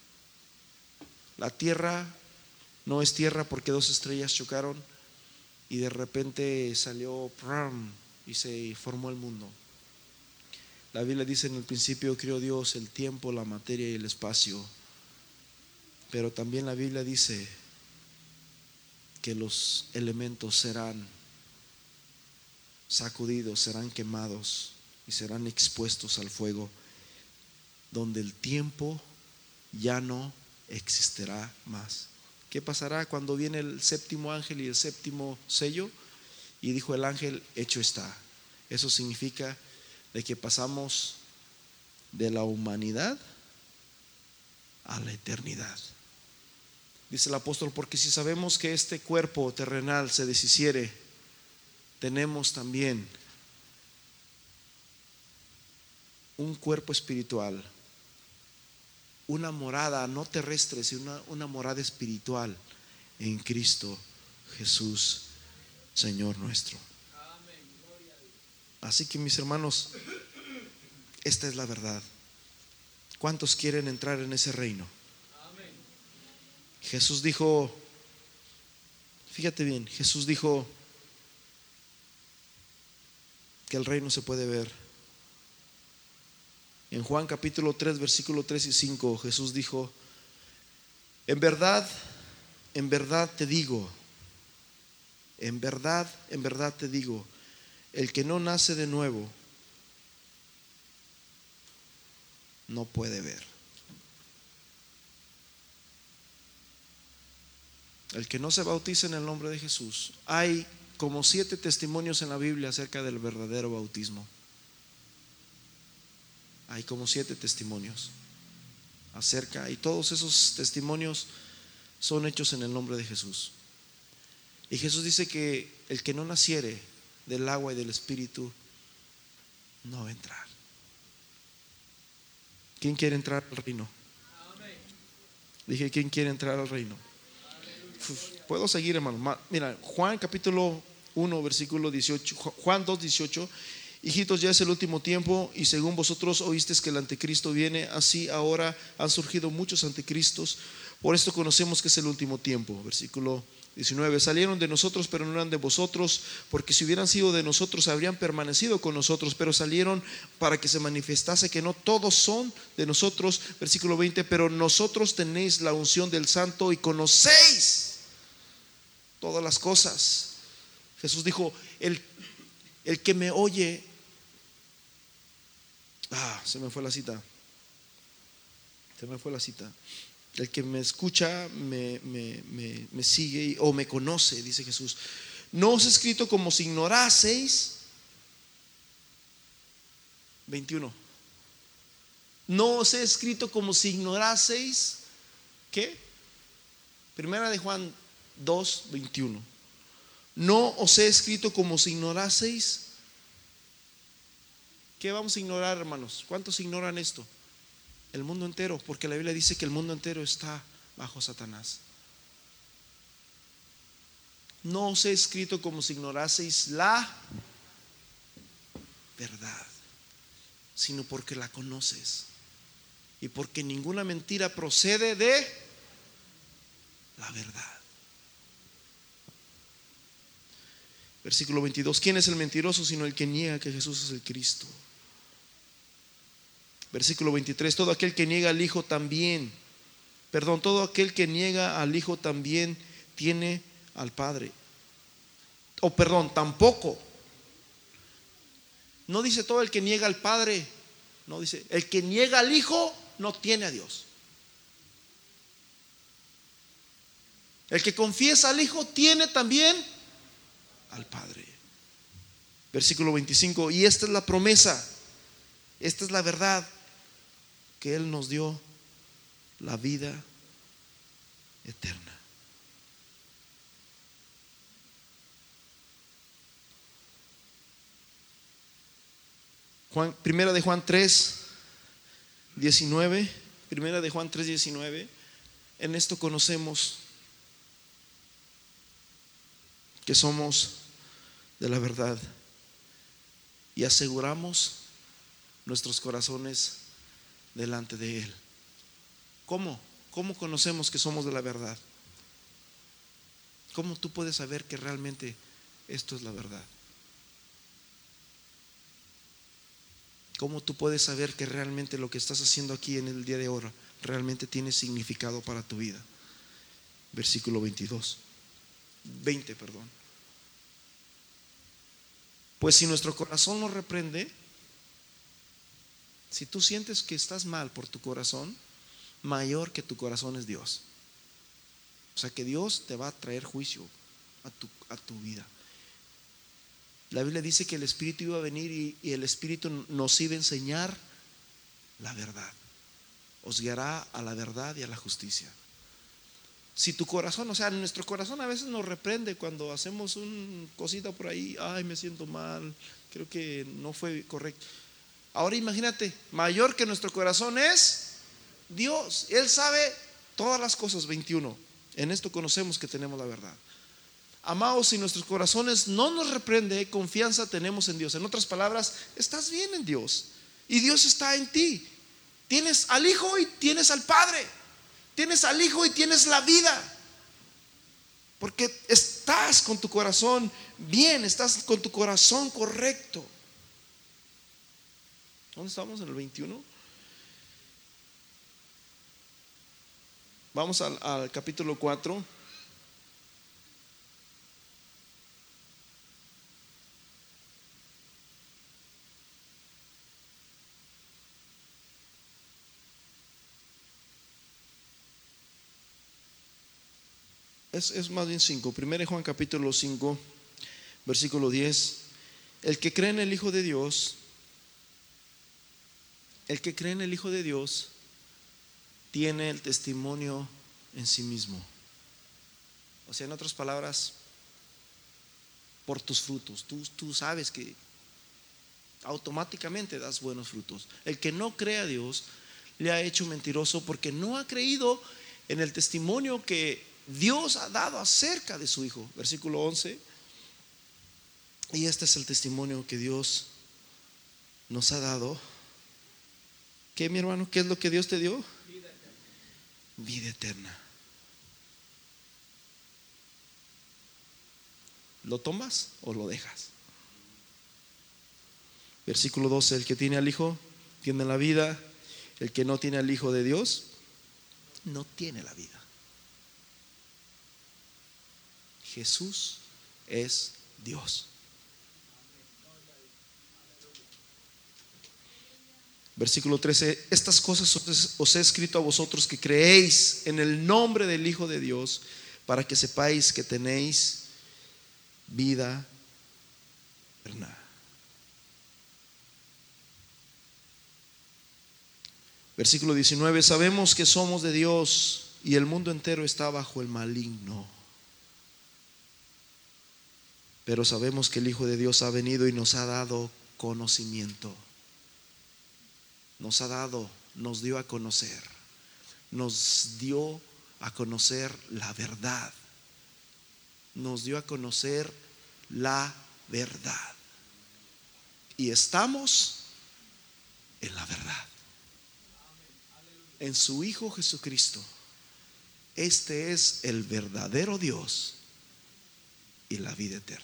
La tierra no es tierra porque dos estrellas chocaron y de repente salió ¡pram! Y se formó el mundo. La Biblia dice: en el principio creó Dios el tiempo, la materia y el espacio. Pero también la Biblia dice que los elementos serán sacudidos, serán quemados y serán expuestos al fuego, donde el tiempo ya no existirá más. ¿Qué pasará cuando viene el séptimo ángel y el séptimo sello? Y dijo el ángel: hecho está. Eso significa de que pasamos de la humanidad a la eternidad. Dice el apóstol, porque si sabemos que este cuerpo terrenal se deshiciere, tenemos también un cuerpo espiritual, una morada no terrestre, sino una, una morada espiritual en Cristo Jesús, Señor nuestro. Así que, mis hermanos, esta es la verdad. ¿Cuántos quieren entrar en ese reino? Jesús dijo, fíjate bien, Jesús dijo que el reino se puede ver. En Juan capítulo tres, versículo tres y cinco, Jesús dijo: en verdad, en verdad te digo, en verdad, en verdad te digo, el que no nace de nuevo no puede ver. El que no se bautiza en el nombre de Jesús. Hay como siete testimonios en la Biblia acerca del verdadero bautismo. Hay como siete testimonios acerca, y todos esos testimonios son hechos en el nombre de Jesús. Y Jesús dice que el que no naciere del agua y del Espíritu no va a entrar. ¿Quién quiere entrar al reino? Dije, ¿quién quiere entrar al reino? Puedo seguir, hermano. Mira, Juan capítulo uno, versículo dieciocho, Juan dos, dieciocho. Hijitos, ya es el último tiempo, y según vosotros oísteis que el anticristo viene, así ahora han surgido muchos anticristos. Por esto conocemos que es el último tiempo. Versículo diecinueve. Salieron de nosotros, pero no eran de vosotros, porque si hubieran sido de nosotros habrían permanecido con nosotros, pero salieron para que se manifestase que no todos son de nosotros. Versículo veinte. Pero nosotros tenéis la unción del Santo y conocéis todas las cosas. Jesús dijo: el, el que me oye, ah, se me fue la cita, se me fue la cita. El que me escucha me, me, me, me sigue o me conoce, dice Jesús. No os he escrito como si ignoraseis. veintiuno. No os he escrito como si ignoraseis. ¿Qué? Primera de Juan dos, veintiuno. No os he escrito como si ignoraseis. ¿Qué vamos a ignorar, hermanos? ¿Cuántos ignoran esto? El mundo entero, porque la Biblia dice que el mundo entero está bajo Satanás. No os he escrito como si ignoraseis la verdad, sino porque la conoces, y porque ninguna mentira procede de la verdad. Versículo veintidós. ¿Quién es el mentiroso sino el que niega que Jesús es el Cristo? Versículo veintitrés. Todo aquel que niega al Hijo también, perdón, todo aquel que niega al Hijo también tiene al Padre. O perdón, tampoco. No dice todo el que niega al Padre, no dice el que niega al Hijo no tiene a Dios. El que confiesa al Hijo tiene también al Padre. Versículo veinticinco. Y esta es la promesa, esta es la verdad, que Él nos dio la vida eterna. Juan, primera de Juan tres, diecinueve. Primera de Juan tres, diecinueve. En esto conocemos que somos de la verdad y aseguramos nuestros corazones delante de Él. ¿Cómo? ¿Cómo conocemos que somos de la verdad? ¿Cómo tú puedes saber que realmente esto es la verdad? ¿Cómo tú puedes saber que realmente lo que estás haciendo aquí en el día de hoy realmente tiene significado para tu vida? Versículo veintidós, veinte, perdón. Pues si nuestro corazón nos reprende, si tú sientes que estás mal por tu corazón, mayor que tu corazón es Dios. O sea que Dios te va a traer juicio a tu, a tu vida. La Biblia dice que el Espíritu iba a venir y, y el Espíritu nos iba a enseñar la verdad. Os guiará a la verdad y a la justicia. Si tu corazón, o sea, nuestro corazón a veces nos reprende cuando hacemos una cosita por ahí, ay, me siento mal, creo que no fue correcto. Ahora imagínate, mayor que nuestro corazón es Dios. Él sabe todas las cosas. Veintiuno. En esto conocemos que tenemos la verdad. Amados, si nuestros corazones no nos reprende, confianza tenemos en Dios. En otras palabras, estás bien en Dios y Dios está en ti. Tienes al Hijo y tienes al Padre. Tienes al Hijo y tienes la vida. Porque estás con tu corazón bien, estás con tu corazón correcto. ¿Dónde estamos? En el veintiuno. Vamos al, al capítulo cuatro. Es, es más bien cinco. Primero Juan capítulo cinco, versículo diez. El que cree en el Hijo de Dios, el que cree en el Hijo de Dios, tiene el testimonio en sí mismo. O sea, en otras palabras, por tus frutos. Tú, tú sabes que automáticamente das buenos frutos. El que no cree a Dios le ha hecho mentiroso, porque no ha creído en el testimonio que Dios ha dado acerca de su Hijo. Versículo once. Y este es el testimonio que Dios nos ha dado. ¿Qué, mi hermano? ¿Qué es lo que Dios te dio? Vida eterna. Vida eterna. ¿Lo tomas o lo dejas? Versículo doce. El que tiene al Hijo tiene la vida. El que no tiene al Hijo de Dios no tiene la vida. Jesús es Dios. Versículo trece. Estas cosas os he escrito a vosotros que creéis en el nombre del Hijo de Dios, para que sepáis que tenéis vida eterna. Versículo diecinueve. Sabemos que somos de Dios y el mundo entero está bajo el maligno. Pero sabemos que el Hijo de Dios ha venido y nos ha dado conocimiento. Nos ha dado, nos dio a conocer. Nos dio a conocer la verdad. Nos dio a conocer la verdad. Y estamos en la verdad. En su Hijo Jesucristo. Este es el verdadero Dios y la vida eterna.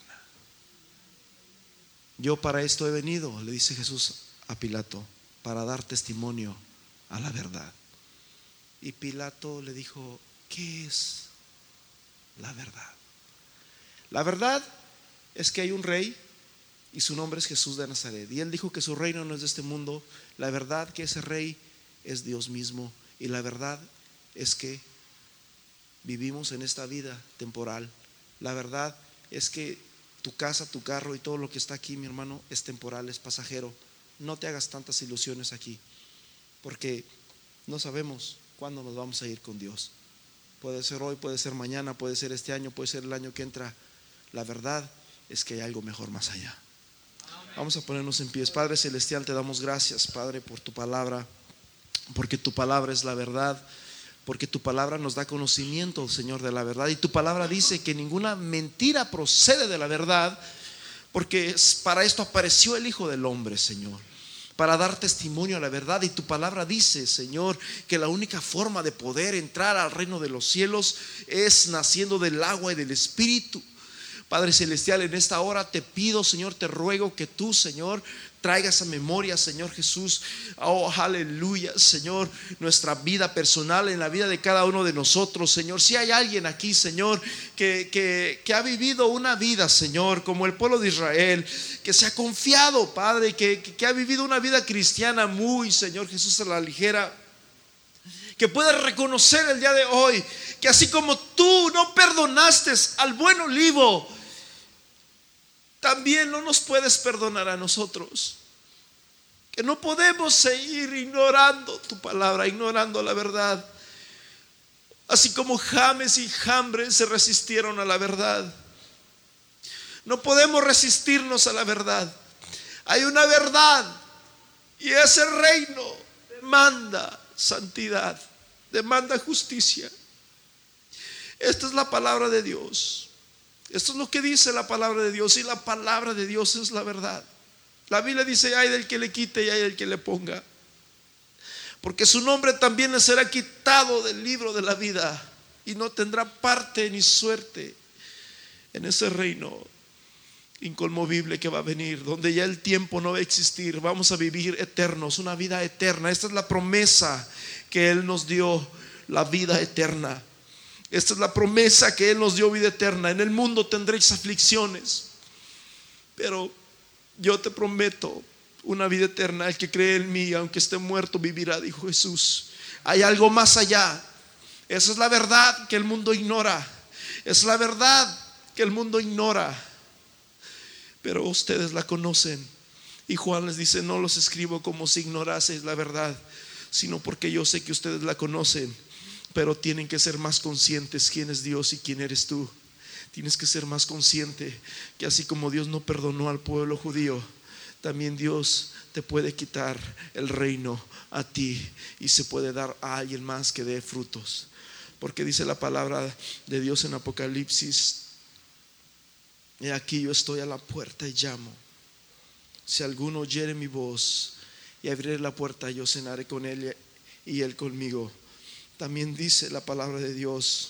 Yo para esto he venido, le dice Jesús a Pilato, para dar testimonio a la verdad. Y Pilato le dijo, ¿qué es la verdad? La verdad es que hay un rey y su nombre es Jesús de Nazaret. Y él dijo que su reino no es de este mundo. La verdad que ese rey es Dios mismo. Y la verdad es que vivimos en esta vida temporal. La verdad es que tu casa, tu carro y todo lo que está aquí, mi hermano, es temporal, es pasajero. No te hagas tantas ilusiones aquí, porque no sabemos cuándo nos vamos a ir con Dios. Puede ser hoy, puede ser mañana, puede ser este año, puede ser el año que entra. La verdad es que hay algo mejor más allá. Vamos a ponernos en pies. Padre celestial, te damos gracias, Padre, por tu palabra, porque tu palabra es la verdad, porque tu palabra nos da conocimiento, Señor, de la verdad. Y tu palabra dice que ninguna mentira procede de la verdad, porque para esto apareció el Hijo del Hombre, Señor, para dar testimonio a la verdad. Y tu palabra dice, Señor, que la única forma de poder entrar al reino de los cielos es naciendo del agua y del Espíritu. Padre celestial, en esta hora te pido, Señor, te ruego que tú, Señor, traigas a memoria, Señor Jesús, oh aleluya, Señor, nuestra vida personal, en la vida de cada uno de nosotros, Señor. Si hay alguien aquí, Señor, que, que, que ha vivido una vida, Señor, como el pueblo de Israel, que se ha confiado, Padre, que, que, que ha vivido una vida cristiana muy, Señor Jesús, a la ligera, que pueda reconocer el día de hoy que así como tú no perdonaste al buen olivo, también no nos puedes perdonar a nosotros, que no podemos seguir ignorando tu palabra, ignorando la verdad, así como James y Jambres se resistieron a la verdad. No podemos resistirnos a la verdad. Hay una verdad, y ese reino demanda santidad, demanda justicia. Esta es la palabra de Dios. Esto es lo que dice la palabra de Dios, y la palabra de Dios es la verdad. La Biblia dice: hay del que le quite y hay del que le ponga, porque su nombre también le será quitado del libro de la vida, y no tendrá parte ni suerte en ese reino inconmovible que va a venir, donde ya el tiempo no va a existir. Vamos a vivir eternos, una vida eterna. Esta es la promesa que Él nos dio, la vida eterna. Esta es la promesa que Él nos dio, vida eterna. En el mundo tendréis aflicciones, pero yo te prometo una vida eterna. El que cree en mí, aunque esté muerto, vivirá, dijo Jesús. Hay algo más allá. Esa es la verdad que el mundo ignora. Es la verdad que el mundo ignora, pero ustedes la conocen. Y Juan les dice: no los escribo como si ignoraseis la verdad, sino porque yo sé que ustedes la conocen, pero tienen que ser más conscientes quién es Dios y quién eres tú. Tienes que ser más consciente que así como Dios no perdonó al pueblo judío, también Dios te puede quitar el reino a ti, y se puede dar a alguien más que dé frutos. Porque dice la palabra de Dios en Apocalipsis: he aquí, yo estoy a la puerta y llamo. Si alguno oyere mi voz y abriere la puerta, yo cenaré con él y él conmigo. También dice la palabra de Dios: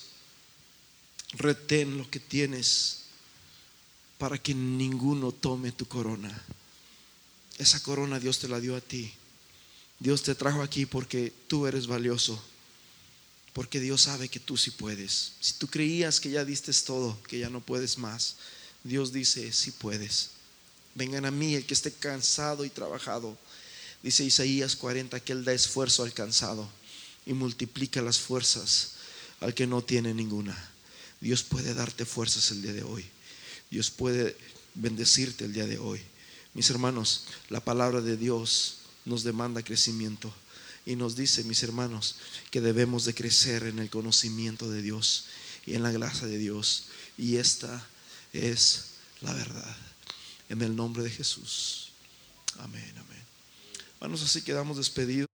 retén lo que tienes para que ninguno tome tu corona. Esa corona Dios te la dio a ti. Dios te trajo aquí porque tú eres valioso, porque Dios sabe que tú sí puedes. Si tú creías que ya diste todo, que ya no puedes más, Dios dice: sí puedes. Vengan a mí el que esté cansado y trabajado. Dice Isaías cuarenta que Él da esfuerzo al cansado y multiplica las fuerzas al que no tiene ninguna. Dios puede darte fuerzas el día de hoy. Dios puede bendecirte el día de hoy. Mis hermanos, la palabra de Dios nos demanda crecimiento, y nos dice, mis hermanos, que debemos de crecer en el conocimiento de Dios y en la gracia de Dios. Y esta es la verdad. En el nombre de Jesús. Amén, amén. Hermanos, así quedamos despedidos.